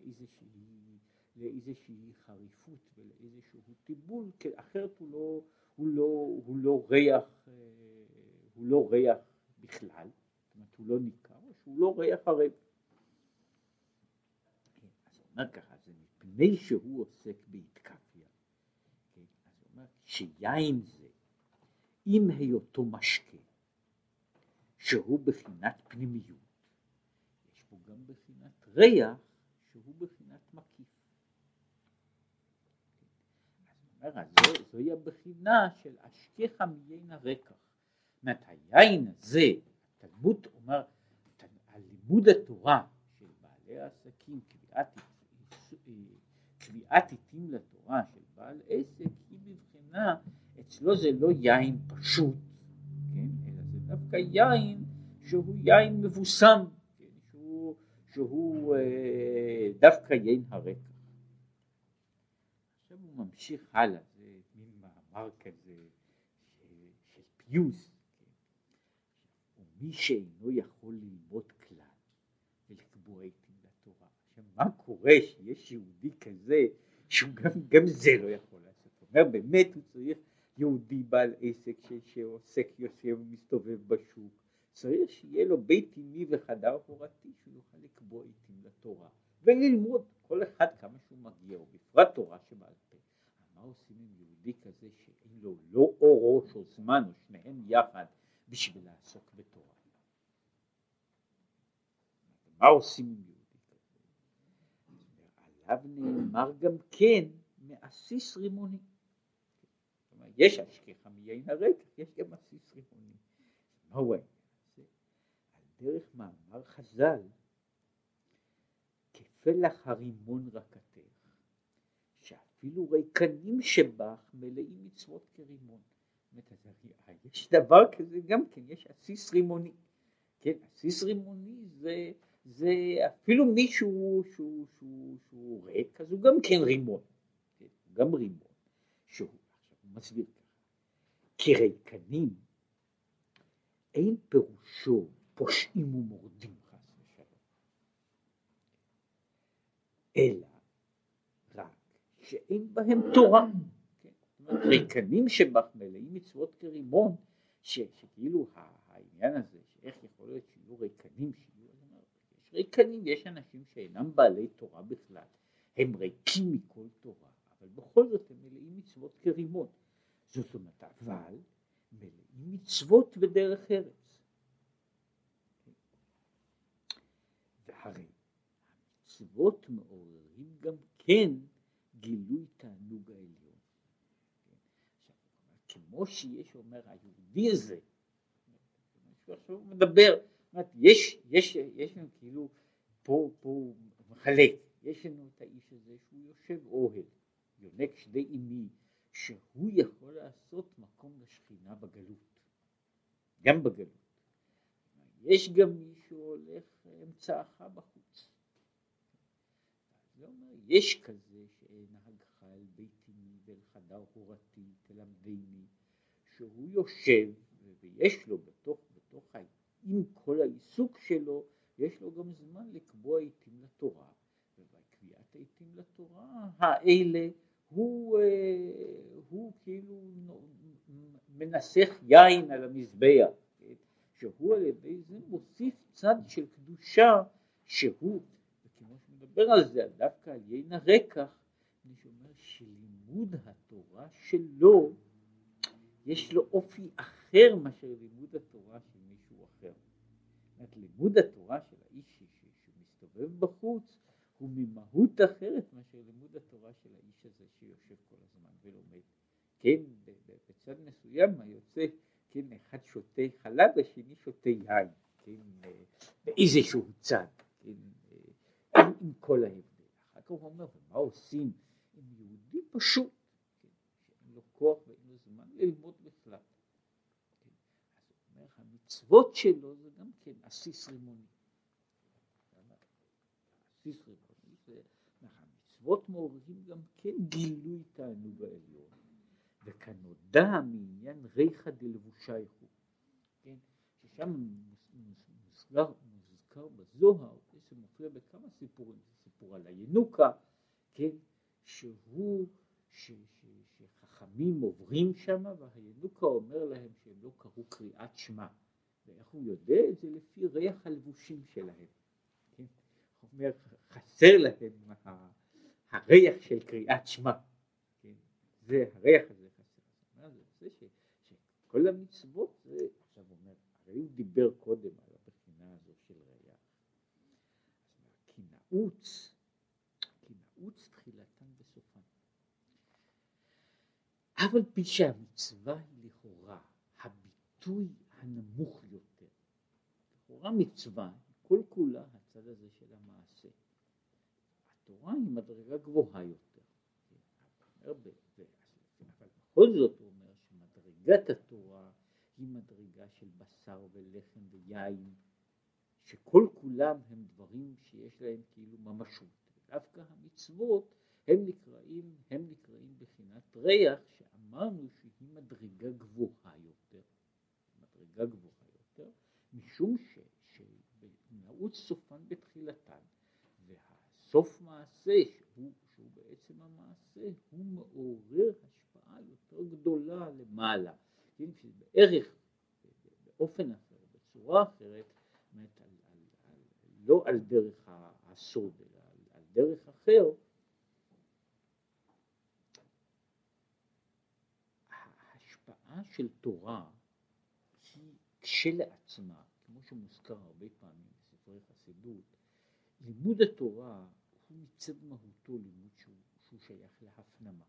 לאיזושהי חריפות ולאיזשהו טיבול, כי אחרת הוא לא ריח בכלל. אומרת הוא לא ניכר, או שהוא לא ריח ערב. אז הוא אומר ככה, זה מפני שהוא עוסק בהתקפיה. אז הוא אומר שיין זה, עם היותו משקה, שהוא בחינת פנימיות, יש בו גם בחינת ריח, שהוא בחינת מקיף. אז הוא אומר, זוהי הבחינה של אשכחה מיין הרקח. זאת אומרת, היין הזה, התלמוד אומר, הלימוד התורה של בעלי העסקים, קביעת עיתים לתורה של בעל עסק, היא בבחינה, אצלו זה לא יין פשוט, כן? אלא זה דווקא יין שהוא יין מבוסם, כן? שהוא דווקא יין הרקח. עכשיו הוא ממשיך הלאה, זה מין מאמר כזה של פיוס, כן? ומי שאינו יכול ללמוד כלל ולקבוע עיתים לתורה. עכשיו מה קורה שיש יהודי כזה שהוא גם זה לא יכול לעשות? זאת אומרת, באמת הוא צריך יהודי בעל עסק שעוסק יושב ומסתובב בשוק, צריך שיהיה לו בית פנימי וחדר הורתי שהוא יוכל לקבוע עיתים לתורה וללמוד כל אחד כמה שהוא מגיע, ובפרט תורה שבעל פה. מה עושים עם יהודי כזה שאין לו לא או ראש או זמן או שניהם יחד בשביל לעסוק בתורה? מה עושים עם יהודי כזה? עליו נאמר גם כן מאסיס רימוני. יש אשכחה מיין הרקח, יש גם אסיס רימוני. מהו העניין הזה? על דרך מאמר חז"ל, כפלח הרימון רקתך, שאפילו ריקנים שבך מלאים מצוות כרימון. יש דבר כזה גם כן, יש אסיס רימוני. כן, אסיס רימוני זה אפילו מישהו שהוא ריק, אז הוא גם כן רימון. כן, הוא גם רימון. שהוא מסביר ככה, כי ריקנים אין פירושו פושעים ומורדים חס ושלום, אלא רק שאין בהם תורה. כן? זאת אומרת, ריקנים שבך מלאים מצוות כרימון, שכאילו העניין הזה, שאיך יכול להיות שיהיו ריקנים, יש ריקנים, יש אנשים שאינם בעלי תורה בכלל, הם ריקים מכל תורה, אבל בכל זאת הם מלאים מצוות כרימון. זאת אומרת, אבל מלאים מצוות בדרך ארץ. והרי המצוות מעוררים גם כן גילוי תענוג העליון. כמו שיש אומר היהודי הזה, עכשיו הוא מדבר, יש לנו כאילו פה מחלק, יש לנו את האיש הזה שהוא יושב אוהל, יונק שדי אימי, שהוא יכול לעשות מקום לשכינה בגלות, גם בגלות. יש גם מי שהולך אמצעך בחוץ. יש כזה שנהגך אל ביתי ואל חדר הורתי תלמדני, שהוא יושב ויש לו בתוך עם כל העיסוק שלו, יש לו גם זמן לקבוע עיתים לתורה, ובקביעת העיתים לתורה האלה הוא כאילו מנסח יין על המזבח, שהוא על ידי זה מוסיף צד של קדושה, שהוא, וכמו שמדבר על זה, דווקא על יין הרקח, אני שאומר שלימוד התורה שלו, יש לו אופי אחר מאשר לימוד התורה של מישהו אחר. זאת לימוד התורה של האיש שמסתובב בחוץ, הוא ממהות אחרת מאשר לימוד התורה של האיש הזה שיושב כל הזמן ולומד. כן, בצד מסוים היוצא, כן, אחד שותה חלב והשני שותה יין, כן, באיזשהו צד, כן, עם כל ההבדל. אחר כך הוא אומר, מה עושים עם יהודי פשוט, כן, שאין לו כוח ואין לו זמן ללמוד בכלל. כן, אז הוא אומר, המצוות שלו זה גם כן אסיס רימוני. אסיס רימוני. המצוות מעוררים גם כן גילוי תענוג העליון, וכנודע מעניין ריחא דלבושייכו, כן, ששם מוזכר בזוהר, זה מופיע בכמה סיפורים, סיפור על הינוקה, כן, שחכמים עוברים שם והינוקה אומר להם שהם לא קראו קריאת שמע, ואיך הוא יודע את זה? לפי ריח הלבושים שלהם. כן? הוא אומר, חסר להם הריח של קריאת שמע. כן? זה הריח הזה חסר. זה שכל המצוות זה, עכשיו הוא אומר, הרי הוא דיבר קודם על הבחינה הזו של ריח. כי נעוץ תחילתן בסופן. אבל פי שהמצווה היא לכאורה הביטוי הנמוך יותר. לכאורה מצווה, כל כולה הצד הזה של המעשה. התורה היא מדרגה גבוהה יותר. אבל בכל זאת הוא אומר שמדרגת התורה היא מדרגה של בשר ולחם ויין, שכל כולם הם דברים שיש להם כאילו ממשות. דווקא המצוות הם נקראים בחינת ריח, שאמרנו שהיא מדרגה גבוהה יותר, משום שנעוץ סופן בתחילתן, והסוף מעשה שהוא בעצם המעשה, הוא מעורר השפעה יותר גדולה למעלה, בערך, באופן אחר, בצורה אחרת, לא על דרך הסוד, אלא על דרך אחר. ההשפעה של תורה היא כשלעצמה, כמו שמוזכר הרבה פעמים בספרי חסידות, לימוד התורה הוא מצד מהותו לימוד שהוא שייך להפנמה.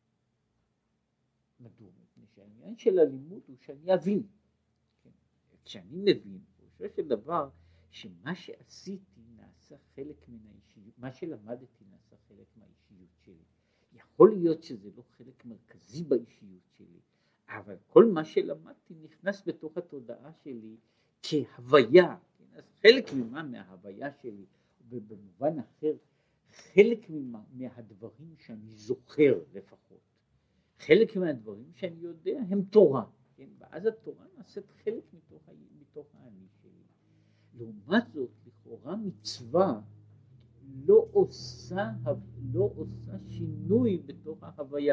מדוע? מפני שהעניין של הלימוד הוא שאני אבין. כן? כשאני מבין, בסופו של דבר, שמה שעשיתי נעשה חלק מן האישיות, מה שלמדתי נעשה חלק מהאישיות שלי. יכול להיות שזה לא חלק מרכזי באישיות שלי, אבל כל מה שלמדתי נכנס בתוך התודעה שלי כהוויה, כן? אז חלק מההוויה שלי, ובמובן אחר, חלק מהדברים שאני זוכר לפחות, חלק מהדברים שאני יודע הם תורה, כן? ואז התורה נעשית חלק מתוך האני שלי. לעומת זאת, לכאורה מצווה לא עושה שינוי בתוך ההוויה.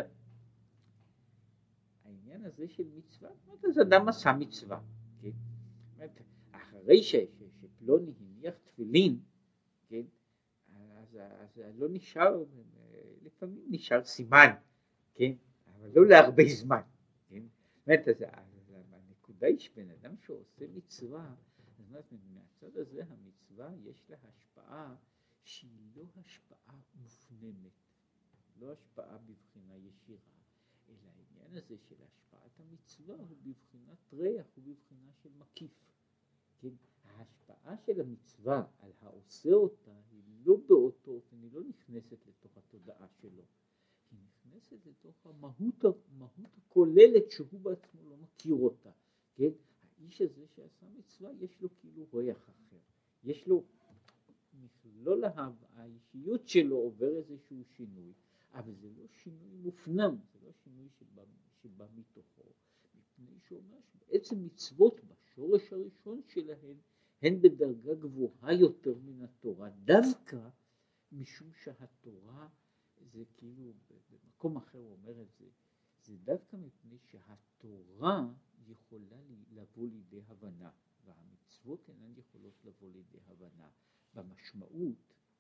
העניין הזה של מצווה, אז אדם עשה מצווה, כן? אחרי שפלוני הניח תפילין, כן? אז לא נשאר, לפעמים נשאר סימן, כן? אבל לא להרבה זמן, כן? אז הנקודה היא שבן אדם שעושה מצווה, מהצד הזה המצווה יש לה השפעה שהיא לא השפעה מופנמת, לא השפעה בבחינה ישירה, אלא העניין הזה של השפעת המצווה הוא בבחינת ריח, הוא בבחינה של מקיף. כן? ההשפעה של המצווה על העושה אותה היא לא באותו אופן, היא לא נכנסת לתוך התודעה שלו, היא נכנסת לתוך המהות הכוללת שהוא בעצמו לא מכיר אותה. כן? האיש הזה שעשה מצווה יש לו כאילו ריח אחר, יש לו לא להב, האישיות שלו עובר איזשהו שינוי, אבל זה לא שינוי מופנם, זה לא שינוי שבא מתוכו, מפני שאומר שבעצם מצוות בשורש הראשון שלהן הן בדרגה גבוהה יותר מן התורה, דווקא משום שהתורה זה כאילו, במקום אחר הוא אומר את זה, זה דווקא מפני שהתורה יכולה לבוא לידי הבנה, והמצוות אינן יכולות לבוא לידי הבנה, במשמעות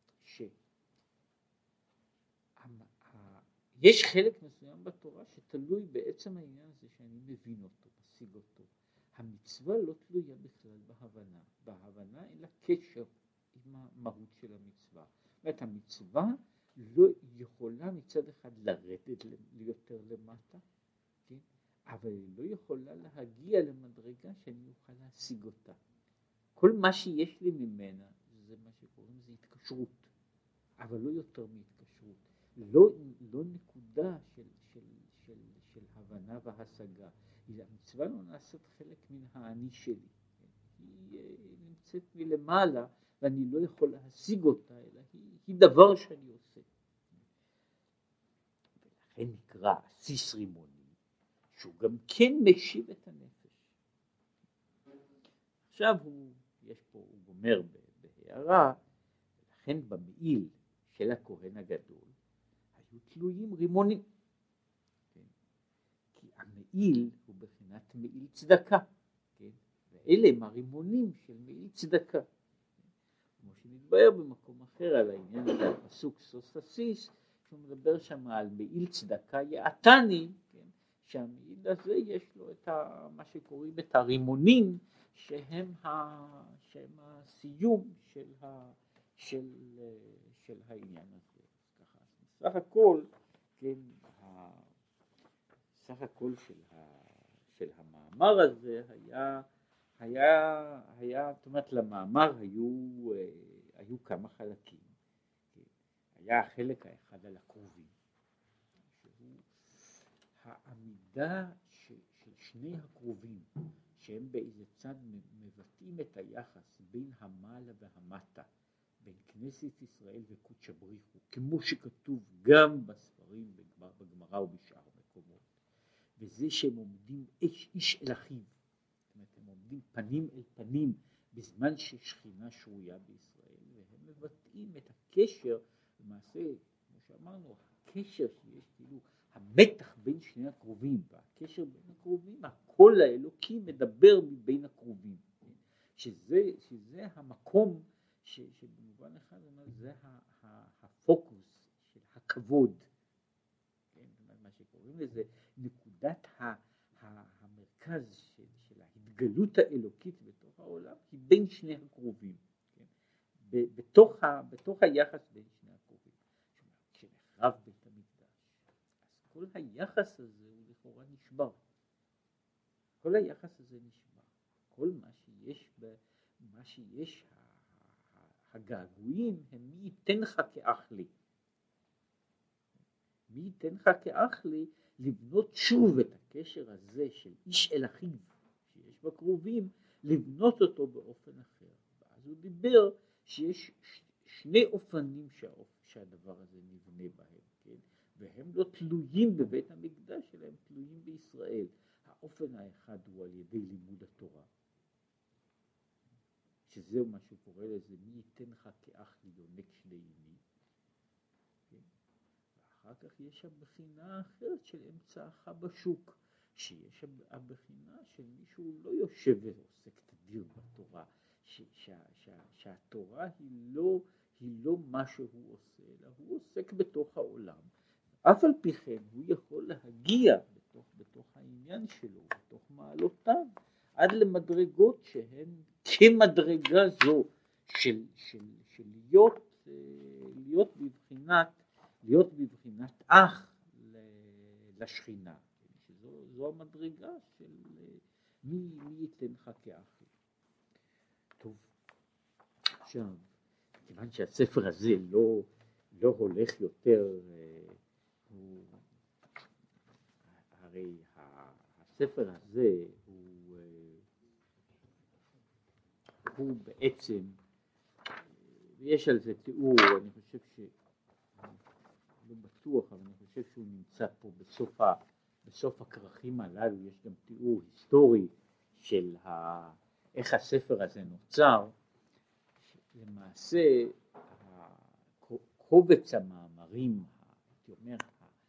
יש חלק מסוים בתורה שתלוי בעצם העניין הזה שאני מבין אותו, משיג אותו. המצווה לא תלויה בכלל בהבנה, בהבנה אין לה קשר עם המהות של המצווה. זאת אומרת, המצווה לא יכולה מצד אחד לרדת יותר למטה, כן? אבל היא לא יכולה להגיע למדרגה שאני אוכל להשיג אותה. כל מה שיש לי ממנה זה מה שקוראים זה התקשרות, אבל לא יותר מהתקשרות, לא נקודה של הבנה והשגה. המצווה לא נעשית חלק מן האני שלי, היא נמצאת מלמעלה ואני לא יכול להשיג אותה, אלא היא דבר שאני עושה. ולכן נקרא סיס רימוני, שהוא גם כן משיב את הנפש. עכשיו הוא גומר בהערה, לכן במעיל של הכהן הגדול היו תלויים רימונים, כן? כי המעיל הוא בחינת מעיל צדקה, כן? אלה הם הרימונים של מעיל צדקה. כמו שנתבהר במקום אחר על העניין הזה, הפסוק סוס תסיס, שהוא מדבר שם על מעיל צדקה יעתני, כן? שהמעיל הזה יש לו את מה שקוראים את הרימונים, שהם הסיום של העניין הזה. ככה, סך הכל, כן, סך הכל של המאמר הזה היה, זאת אומרת, למאמר היו כמה חלקים. היה החלק האחד על הקרובים, שהוא העמידה של שני הקרובים, שהם באיזה צד מבטאים את היחס בין המעלה והמטה, בין כנסת ישראל וקודש הבריחו, כמו שכתוב גם בספרים, בגמרא ובשאר מקומות. וזה שהם עומדים איש אל אחיו, זאת אומרת, הם עומדים פנים אל פנים, בזמן ששכינה שרויה בישראל, והם מבטאים את הקשר, למעשה, כמו שאמרנו, הקשר שיש, כאילו, המתח בין שני הקרובים, והקשר בין הקרובים, הקול האלוקי מדבר מבין הקרובים, שזה המקום שבמובן אחד זה הפוקוס של הכבוד, כן? מה שקוראים לזה, נקודת המרכז של ההתגלות האלוקית בתוך העולם, היא בין שני הקרובים, כן? בתוך היחס בין שני הקרובים. כשנחרב בית המקדש, אז כל היחס הזה הוא לכאורה נשבר. כל היחס הזה נשבר. כל מה שיש הגעגועים הם מי ייתן לך כאח לי. מי ייתן לך כאח לי לבנות שוב את הקשר הזה של איש אל אחיו שיש בקרובים, לבנות אותו באופן אחר. ואז הוא דיבר שיש שני אופנים שהדבר הזה נבנה בהם, כן? והם לא תלויים בבית המקדש, אלא הם תלויים בישראל. האופן האחד הוא על ידי לימוד התורה, שזהו מה שקורא לזה, מי ייתן לך כאח לי יונק שני ימי. כן? ואחר כך יש הבחינה האחרת של אמצעך בשוק, שיש הבחינה של מישהו לא יושב ועוסק תדיר בתורה, שהתורה היא לא מה שהוא עושה, אלא הוא עוסק בתוך העולם. אף על פי כן הוא יכול להגיע בתוך העניין שלו, בתוך מעלותיו, עד למדרגות שהן כמדרגה זו של להיות בבחינת אח לשכינה. זו המדרגה של מי ייתן לך כאח. טוב, עכשיו, כיוון שהספר הזה לא הולך יותר, הרי הספר הזה הוא בעצם, יש על זה תיאור, אני חושב לא בטוח, אבל אני חושב שהוא נמצא פה בסוף הכרכים הללו, יש גם תיאור היסטורי של איך הספר הזה נוצר. למעשה קובץ המאמרים, הייתי אומר,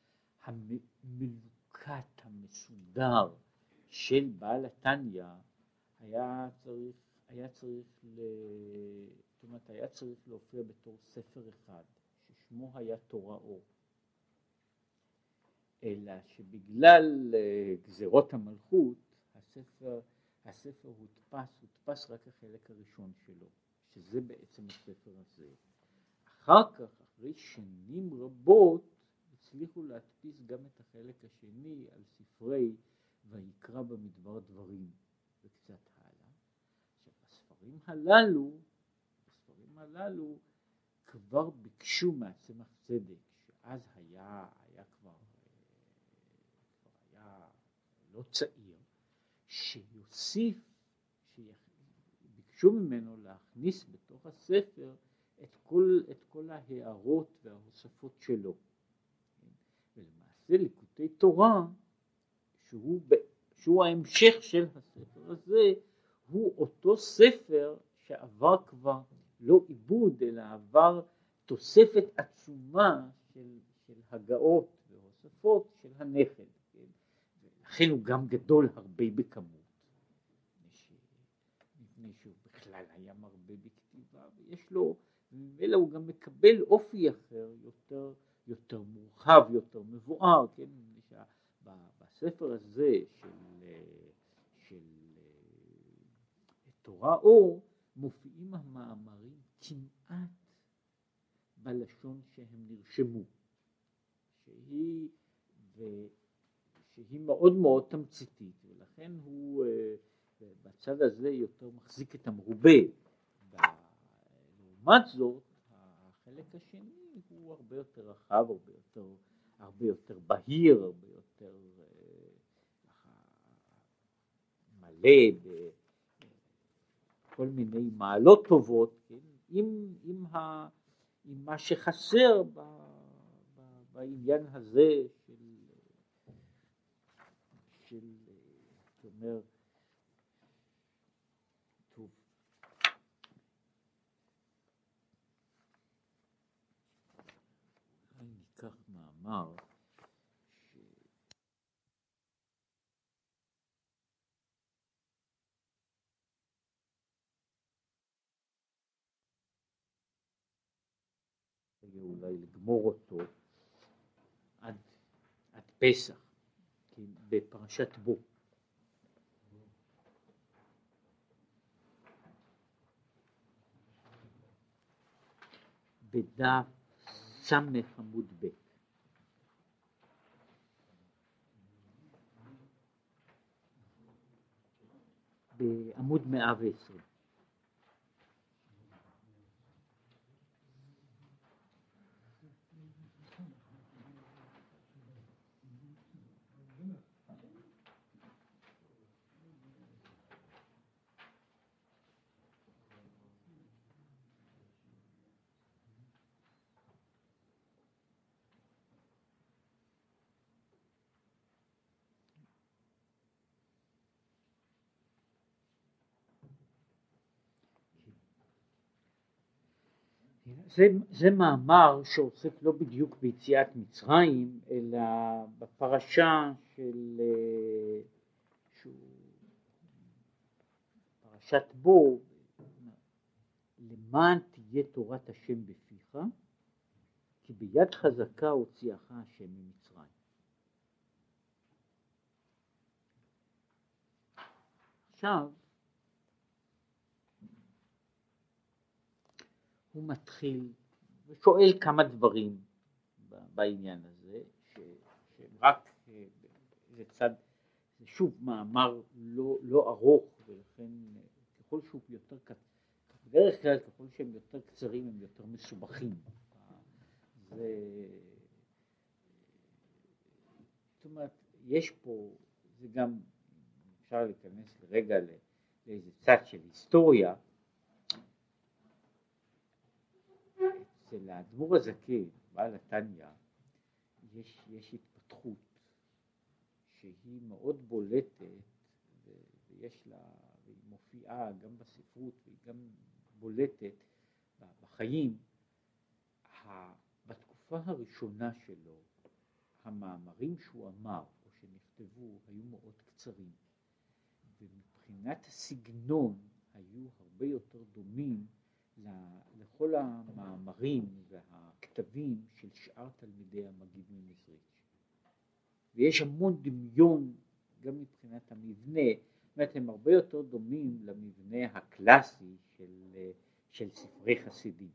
המלוקט, המסודר של בעל התניא היה צריך להופיע בתור ספר אחד, ששמו היה תורה אור. אלא שבגלל גזירות המלכות, הספר הודפס רק החלק הראשון שלו, שזה בעצם הספר הזה. אחר כך, אחרי שנים רבות, הצליחו להדפיס גם את החלק השני על ספרי ויקרא במדבר דברים וקצת הלאה. עכשיו, הספרים הללו כבר ביקשו מהצמח צדק, שאז היה כבר לא צעיר, ביקשו ממנו להכניס בתוך הספר את כל ההערות וההוספות שלו. ולמעשה ליקוטי תורה, שהוא ההמשך של הספר הזה, הוא אותו ספר שעבר כבר לא עיבוד, אלא עבר תוספת עצומה של הגאות והוספות של הנכד. לכן הוא גם גדול הרבה בכמות. יש לו, אלא הוא גם מקבל אופי אחר, יותר מורחב, יותר מבואר, כן? בספר הזה של תורה אור מופיעים המאמרים כמעט בלשון שהם נרשמו, שהיא מאוד מאוד תמציתית, ולכן הוא בצד הזה יותר מחזיק את המרובה. לעומת זאת החלק השני הוא הרבה יותר רחב, הרבה יותר בהיר, הרבה יותר מלא בכל מיני מעלות טובות, כן? עם מה שחסר בעניין הזה זאת אומרת, טוב, אני ניקח מאמר אולי לגמור אותו עד פסח, כן, בפרשת בו. בדף סמך עמוד ב'. בעמוד 120. זה מאמר שעוסק לא בדיוק ביציאת מצרים, אלא בפרשה של פרשת בו, למען תהיה תורת השם בפיך, כי ביד חזקה הוציאך השם ממצרים. עכשיו הוא מתחיל ושואל כמה דברים בעניין הזה, שרק זה צד, זה שוב מאמר לא ארוך, ולכן ככל שהוא יותר קצר, בדרך כלל ככל שהם יותר קצרים הם יותר מסובכים. זאת אומרת, יש פה, זה גם אפשר להיכנס לרגע לאיזה צד של היסטוריה. אצל האדמו"ר הזקן, בעל התניא, יש התפתחות שהיא מאוד בולטת, ויש לה, והיא מופיעה גם בספרות והיא גם בולטת בחיים. בתקופה הראשונה שלו, המאמרים שהוא אמר או שנכתבו היו מאוד קצרים, ומבחינת הסגנון היו הרבה יותר דומים לכל המאמרים והכתבים של שאר תלמידי המגיד ממזריץ'. ויש המון דמיון גם מבחינת המבנה, זאת אומרת הם הרבה יותר דומים למבנה הקלאסי של ספרי חסידים.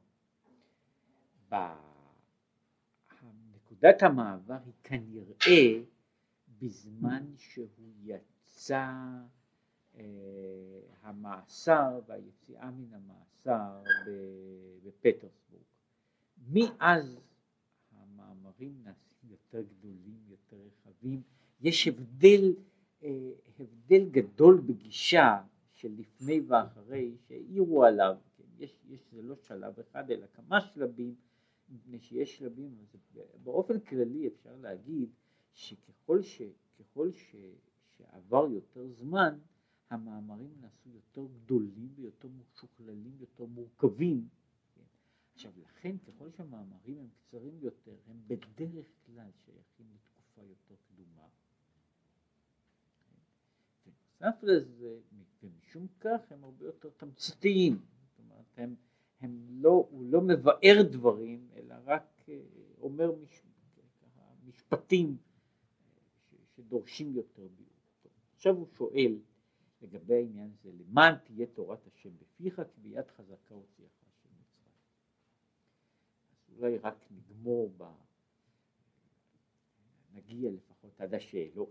נקודת המעבר היא כנראה בזמן שהוא יצא המאסר והיציאה מן המאסר בפטרסבורג. מאז המאמרים נעשים יותר גדולים, יותר רחבים. יש הבדל גדול בגישה של לפני ואחרי שהעירו עליו. זה לא שלב אחד אלא כמה שלבים, מפני שיש שלבים. באופן כללי אפשר להגיד שככל שעבר יותר זמן, המאמרים נעשו יותר גדולים ויותר משוכללים, יותר מורכבים. עכשיו לכן ככל שהמאמרים הם קצרים יותר, הם בדרך כלל שייכים לתקופה יותר קדומה. ונוסף לזה, ומשום כך הם הרבה יותר תמציתיים. זאת אומרת, הוא לא מבאר דברים, אלא רק אומר משפטים שדורשים יותר ביאור. עכשיו הוא שואל לגבי העניין הזה, למען תהיה תורת השם בפיך, כי ביד חזקה הוציאך השם מצרים. אז אולי רק נגמור נגיע לפחות עד השאלות.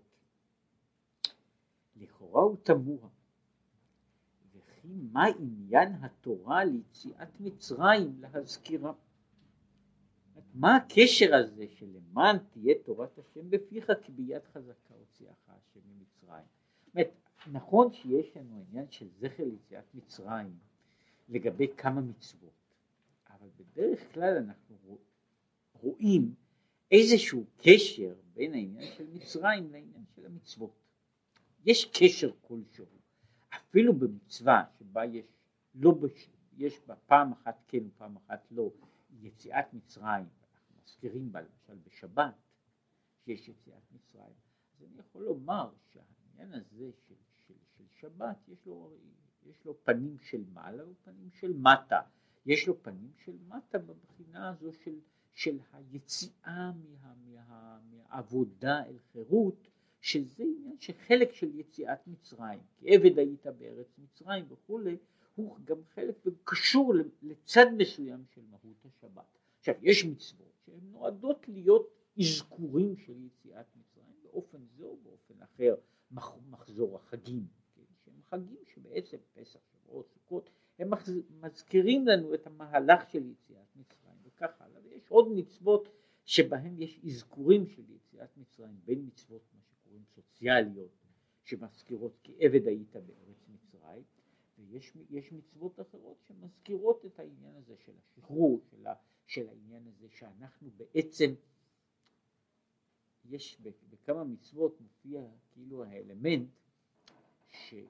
לכאורה הוא תמוה, וכי מה עניין התורה ליציאת מצרים להזכירה? מה הקשר הזה של למען תהיה תורת השם בפיך, כי ביד חזקה הוציאך השם ממצרים? נכון שיש לנו עניין של זכר ליציאת מצרים לגבי כמה מצוות, אבל בדרך כלל אנחנו רואים איזשהו קשר בין העניין של מצרים לעניין של המצוות. יש קשר כלשהו, אפילו במצווה שבה יש בה פעם אחת כן ופעם אחת לא, יציאת מצרים, אנחנו מזכירים בה למשל בשבת שיש יציאת מצרים, אז אני יכול לומר שהעניין הזה של שבת יש לו פנים של מעלה ופנים של מטה. יש לו פנים של מטה בבחינה הזו של היציאה מהעבודה אל חירות, שזה עניין שחלק של יציאת מצרים, כי עבד היית בארץ מצרים וכולי, הוא גם חלק וקשור לצד מסוים של מהות השבת. עכשיו יש מצוות שהן נועדות להיות אזכורים של יציאת מצרים באופן זה או באופן אחר, מחזור החגים, כן? שהם חגים שבעצם פסח, שבועות, סוכות, הם מזכירים לנו את המהלך של יציאת מצרים וכך הלאה. ויש עוד מצוות שבהם יש אזכורים של יציאת מצרים, בין מצוות מה שקוראים סוציאליות שמזכירות כי עבד היית בארץ מצרים, ויש מצוות אחרות שמזכירות את העניין הזה של השחרור, של העניין הזה שאנחנו בעצם, יש בכמה מצוות מופיע כאילו האלמנט שאנחנו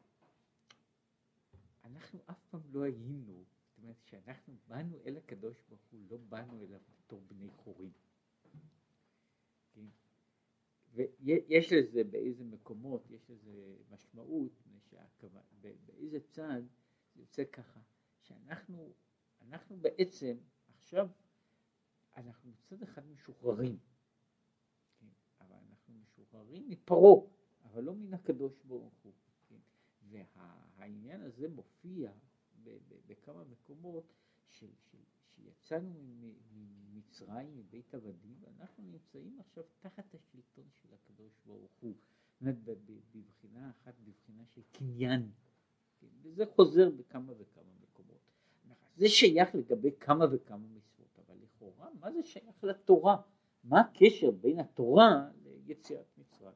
אף פעם לא היינו, זאת אומרת שאנחנו באנו אל הקדוש ברוך הוא, לא באנו אליו בתור בני חורים. כן? ויש לזה באיזה מקומות, יש לזה משמעות, באיזה צד זה יוצא ככה, שאנחנו בעצם עכשיו, אנחנו מצד אחד משוחררים, כן? אבל אנחנו משוחררים מפרעה, אבל לא מן הקדוש ברוך הוא. כן? והעניין הזה מופיע בכמה מקומות שיצאנו ממצרים, מבית עבדים, ואנחנו נמצאים עכשיו תחת השלטון של הקדוש ברוך הוא, בבחינה אחת, בבחינה של קניין, כן? וזה חוזר בכמה וכמה מקומות. זה שייך לגבי כמה וכמה מצוות, אבל לכאורה מה זה שייך לתורה? מה הקשר בין התורה ליציאת מצרים?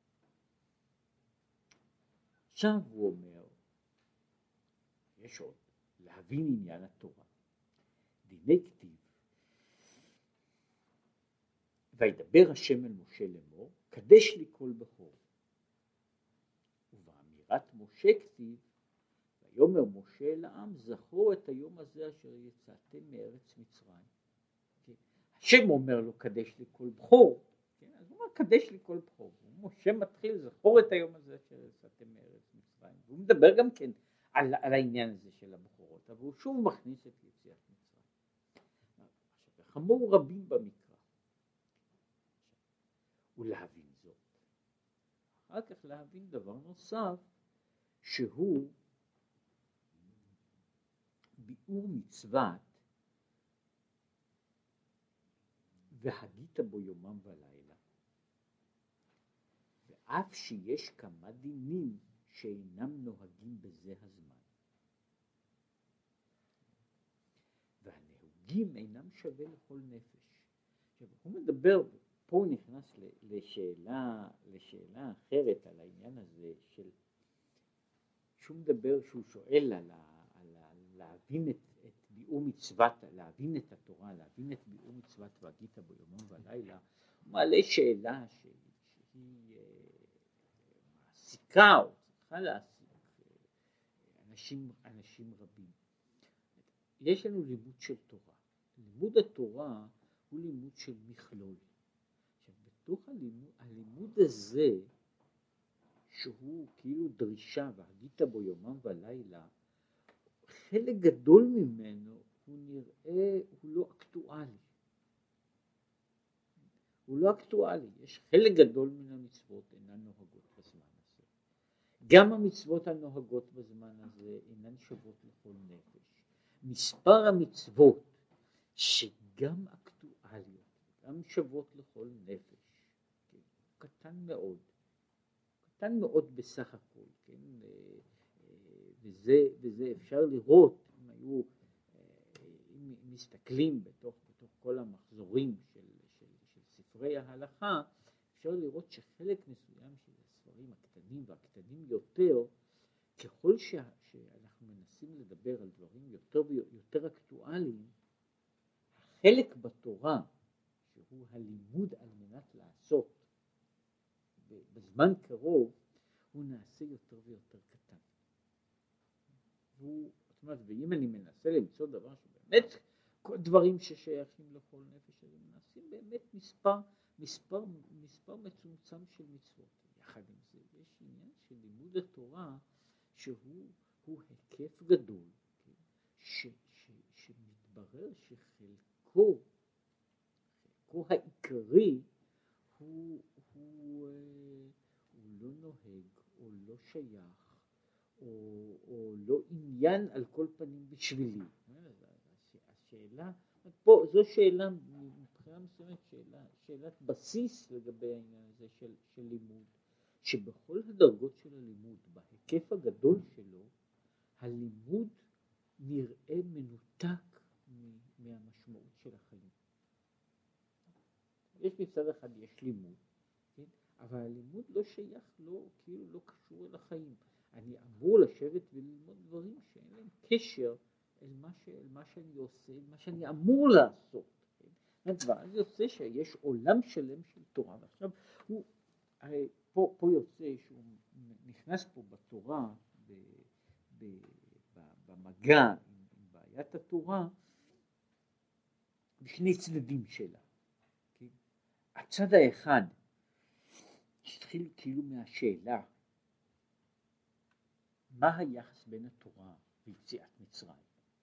עכשיו הוא אומר, יש עוד להבין עניין התורה. דיני כתיב, וידבר השם אל משה לאמור, קדש לי כל בכור. ובאמירת משה כתיב, ויאמר משה אל העם, זכרו את היום הזה אשר יצאתם מארץ מצרים. כן? השם אומר לו קדש לי כל בכור, כן? אז הוא אומר קדש לי כל בכור. משה מתחיל זכור את היום הזה אשר יצאתם מארץ מצרים. והוא מדבר גם כן על העניין הזה של הבכורות, אבל הוא שוב מכניס את יציאת מצרים. עכשיו, חמור רבים במקרא. ולהבין זאת. אחר כך להבין דבר נוסף, שהוא ביאור מצוות והגית בו יומם ולילה, ואף שיש כמה דינים שאינם נוהגים בזה הזמן, והנהוגים אינם שווה לכל נפש. עכשיו הוא מדבר, פה הוא נכנס לשאלה אחרת על העניין הזה של, שהוא מדבר, שהוא שואל על להבין את ביאור מצוות, להבין את התורה, להבין את ביאור מצוות והגית בו יומם ולילה. הוא מעלה שאלה שהיא מעסיקה או צריכה להעסיק אנשים רבים. יש לנו לימוד של תורה. לימוד התורה הוא לימוד של מכלול. עכשיו בתוך הלימוד הזה, שהוא כאילו דרישה והגית בו יומם ולילה, חלק גדול ממנו הוא נראה, הוא לא אקטואלי. הוא לא אקטואלי. יש חלק גדול מן המצוות אינן נוהגות בזמן הזה. גם המצוות הנוהגות בזמן הזה אינן שוות לכל נפש. מספר המצוות שגם אקטואליות, גם שוות לכל נפש, כן, קטן מאוד. קטן מאוד בסך הכל, כן? וזה אפשר לראות, אם היו, אם מסתכלים בתוך כל המחזורים של ספרי ההלכה, אפשר לראות שחלק מסוים של הספרים הקטנים והקטנים יותר, ככל שאנחנו מנסים לדבר על דברים יותר ויותר אקטואליים, החלק בתורה שהוא הלימוד על מנת לעשות בזמן קרוב, הוא נעשה יותר ויותר קטן. זאת אומרת, ואם אני מנסה למצוא דבר שבאמת כל דברים ששייכים לכל נפש, אז מנסים באמת מספר מצומצם של מצוות. יחד עם זה יש עניין של לימוד התורה שהוא היקף גדול, כן? שמתברר שחלקו העיקרי הוא לא נוהג או לא שייך או לא עניין על כל פנים בשבילי. השאלה פה זו שאלה מבחינה מסוימת, שאלת בסיס לגבי העניין הזה של לימוד, שבכל הדרגות של הלימוד בהיקף הגדול שלו הלימוד נראה מנותק מהמשמעות של החיים. יש מצד אחד יש לימוד, כן? אבל הלימוד לא שייך, כאילו לא קשור אל החיים. אני אמור לשבת וללמוד דברים שאין להם קשר אל מה שאני עושה, אל מה שאני אמור לעשות. כן? ואז יוצא שיש עולם שלם של תורה, ועכשיו הרי פה יוצא שהוא נכנס פה בתורה, במגע עם בעיית התורה, בשני צדדים שלה. כן? הצד האחד, התחיל כאילו מהשאלה, מה היחס בין התורה ויציאת מצרים?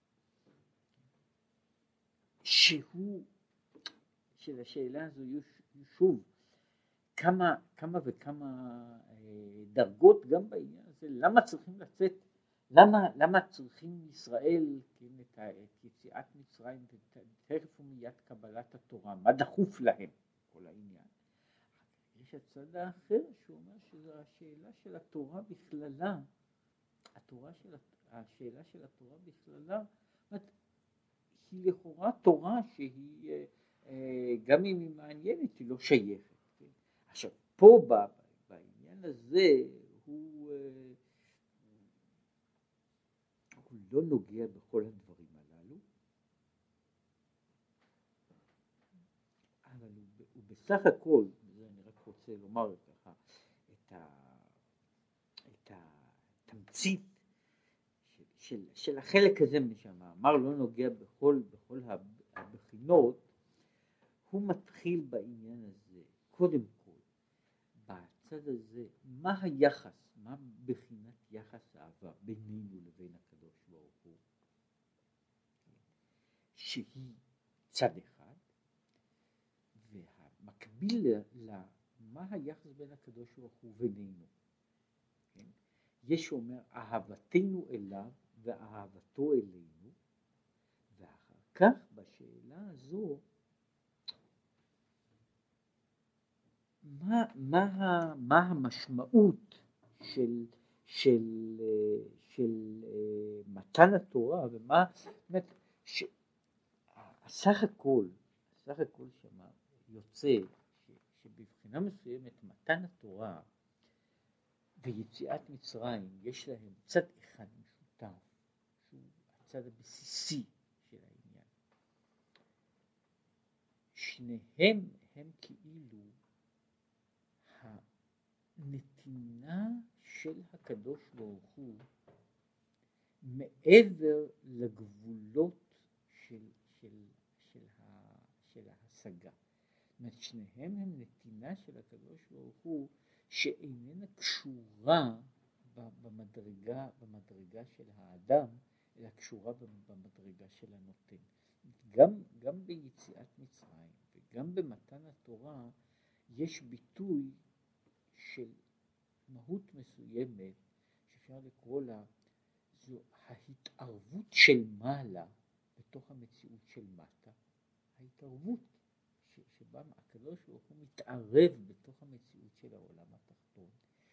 שלשאלה הזו יהיו שוב כמה וכמה דרגות גם בעניין הזה. למה צריכים לצאת, למה צריכים ישראל, כן, את יציאת מצרים תכף ומיד קבלת התורה? מה דחוף להם כל העניין? יש הצד האחר שאומר שזו השאלה של התורה בכללה, השאלה של התורה בכללה, היא לכאורה תורה שהיא, גם אם היא מעניינת, היא לא שייכת. כן? עכשיו, פה בעניין הזה הוא לא נוגע בכל הדברים הללו, אבל הוא בסך הכל, אני רק רוצה לומר ככה, את התמצית של החלק הזה, שהמאמר לא נוגע בכל הבחינות, הוא מתחיל בעניין הזה, קודם כל, בצד הזה, מה היחס, מה בחינת יחס האהבה בינינו לבין הקדוש ברוך הוא, שהיא צד אחד, והמקביל מה היחס בין הקדוש ברוך הוא ובינינו. כן? יש שאומר אהבתנו אליו ואהבתו אלינו, ואחר כך בשאלה הזו מה המשמעות של מתן התורה, ומה סך הכל שמה יוצא שבבחינה מסוימת מתן התורה ויציאת מצרים יש להם צד אחד משותף, שהוא הצד הבסיסי של העניין. שניהם הם כאילו הנתינה של הקדוש ברוך הוא מעבר לגבולות של ההשגה. זאת אומרת, שניהם הם נתינה של הקדוש ברוך הוא שאיננה קשורה במדרגה של האדם, אלא קשורה במדרגה של הנותן. גם ביציאת מצרים וגם במתן התורה יש ביטוי של מהות מסוימת שאפשר לקרוא לה זו ההתערבות של מעלה בתוך המציאות של מטה. ההתערבות שבה הקדוש ברוך הוא מתערב בתוך המציאות של העולם התחתון,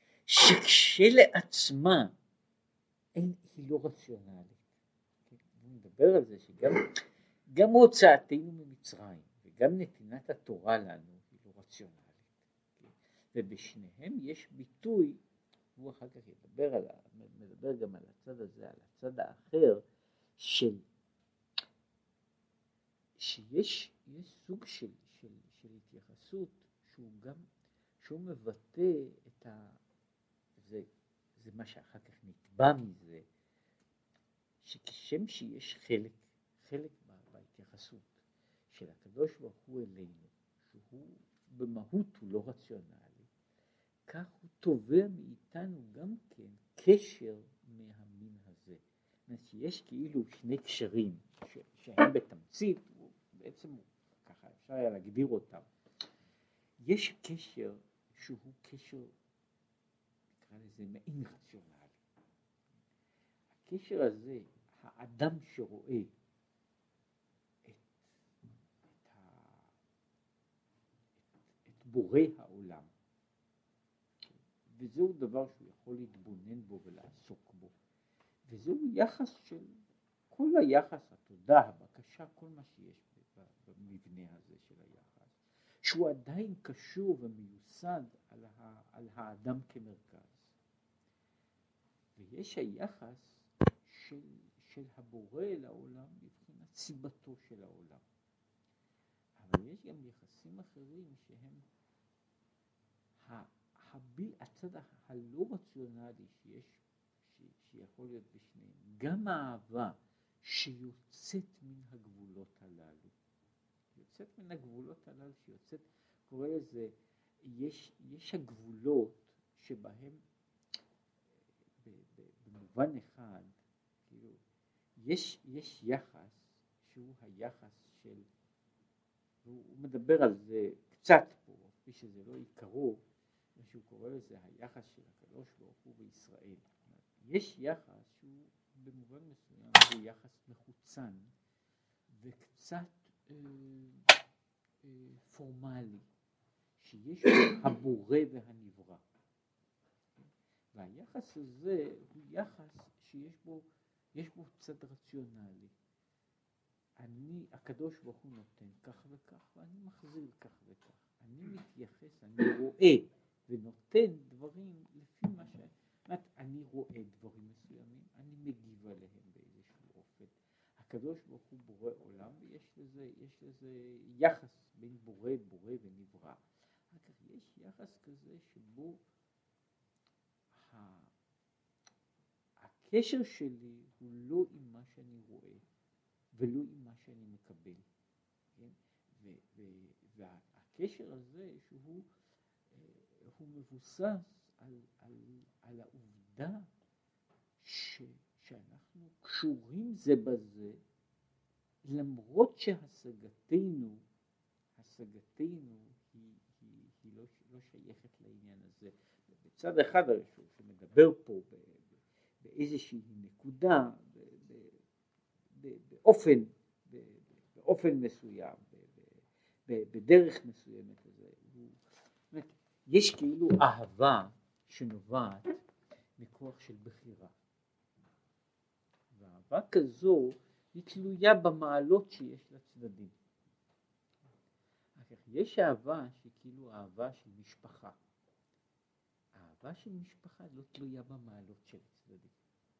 שכשלעצמה היא לא רציונלית. הוא מדבר על זה שגם הוצאתנו ממצרים וגם נתינת התורה לנו היא לא רציונלית. ובשניהם יש ביטוי, הוא אחר כך מדבר גם על הצד הזה, על הצד האחר, שיש סוג של התייחסות שהוא מבטא את זה מה שאחר כך נתבע מזה, שכשם שיש חלק בהתייחסות של הקדוש ברוך הוא אלינו, שהוא במהות הוא לא רציונלי, כך הוא תובע מאיתנו גם כן קשר מהמין הזה. זאת אומרת שיש כאילו שני קשרים שהם בתמצית, בעצם ככה אפשר היה להגדיר אותם. יש קשר שהוא קשר, נקרא לזה מעין רציונלי. הקשר הזה, האדם שרואה את בורא העולם, וזהו דבר שהוא יכול להתבונן בו ולעסוק בו, וזהו יחס של כל היחס, התודה, הבקשה, כל מה שיש במבנה הזה של היחס, שהוא עדיין קשור ומיוסד על האדם כמרכז. ויש היחס של הבורא לעולם מבחינת סיבתו של העולם. אבל יש גם יחסים אחרים שהם הצד הלא רציונלי שיכול להיות בשניהם. גם האהבה שיוצאת מן הגבולות הללו. יוצאת מן הגבולות הללו, קורא לזה, יש הגבולות שבהם במובן אחד, כאילו, יש יחס שהוא היחס של, הוא מדבר על זה קצת פה, כפי שזה לא יקרו, שהוא קורא לזה היחס של הקדוש ברוך הוא בישראל. יש יחס שהוא במובן מסוים הוא יחס מחוצן וקצת פורמלי, שיש הבורא והנברא. והיחס הזה הוא יחס שיש בו צד רציונלי. הקדוש ברוך הוא נותן כך וכך ואני מחזיר כך וכך. אני מתייחס, אני רואה ונותן דברים לפי מה אני רואה דברים מסוימים, אני מגיב עליהם באיזשהו אופן. הקדוש ברוך הוא בורא עולם, ויש לזה יחס בין בורא ונברא. אחר כך יש יחס כזה שבו הקשר שלי הוא לא עם מה שאני רואה ולא עם מה שאני מקבל, כן? והקשר הזה שהוא מבוסס על העובדה שאנחנו קשורים זה בזה, למרות שהשגתנו היא לא שייכת לעניין הזה. בצד אחד שמדבר פה באיזושהי נקודה, באופן מסוים, בדרך מסוימת, יש כאילו אהבה שנובעת מכוח של בחירה. ואהבה כזו היא תלויה במעלות שיש לצדדים. יש אהבה שהיא כאילו אהבה של משפחה. אהבה של משפחה לא תלויה במעלות של הצדדים.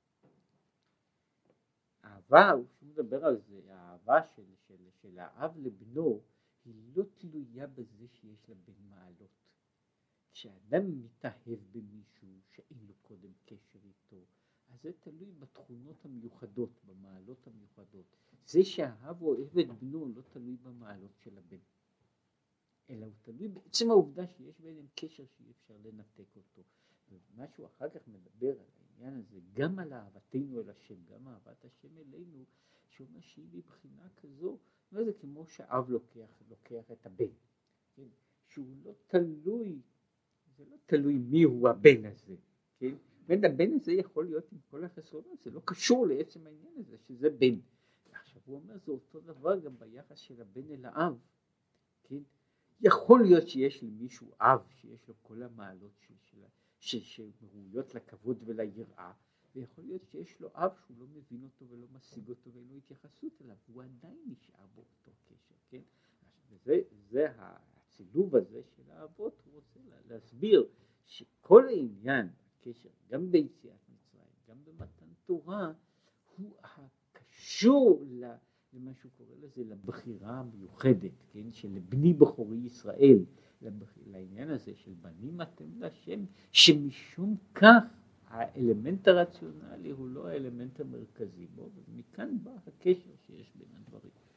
אהבה, הוא מדבר על זה, האהבה של האב לבנו היא לא תלויה בזה שיש לה בין מעלות. כשאדם מתאהב במישהו שאין לו קודם קשר איתו, אז זה תלוי בתכונות המיוחדות, במעלות המיוחדות. זה שהאב אוהב את בנו לא תלוי במעלות של הבן, אלא הוא תלוי בעצם העובדה שיש ביניהם קשר שאי אפשר לנתק אותו. ומשהו אחר כך מדבר על העניין הזה, גם על אהבתנו אל השם, גם אהבת השם אלינו, שאומר שהיא מבחינה כזו, זה כמו שאב לוקח את הבן, כן? שהוא לא תלוי, זה לא תלוי מי הוא הבן הזה, כן? הבן הזה יכול להיות עם כל החסרונות, זה לא קשור לעצם העניין הזה שזה בן. עכשיו הוא אומר זה אותו דבר גם ביחס של הבן אל האב, כן? יכול להיות שיש למישהו אב שיש לו כל המעלות שראויות לכבוד וליראה, ויכול להיות שיש לו אב שהוא לא מבין אותו ולא משיג אותו ואין לו התייחסות אליו, הוא עדיין נשאר באותו קשר, כן? וזה הצילוב הזה של האבות, הוא רוצה להסביר שכל העניין, הקשר, גם ביציאת מצרים, גם במתן תורה, הוא הקשור למה שהוא קורא לזה, לבחירה המיוחדת, כן? של בני בכורי ישראל, לעניין הזה של בנים אתם להשם, שמשום כך האלמנט הרציונלי הוא לא האלמנט המרכזי בו, ומכאן בא הקשר שיש בין הדברים.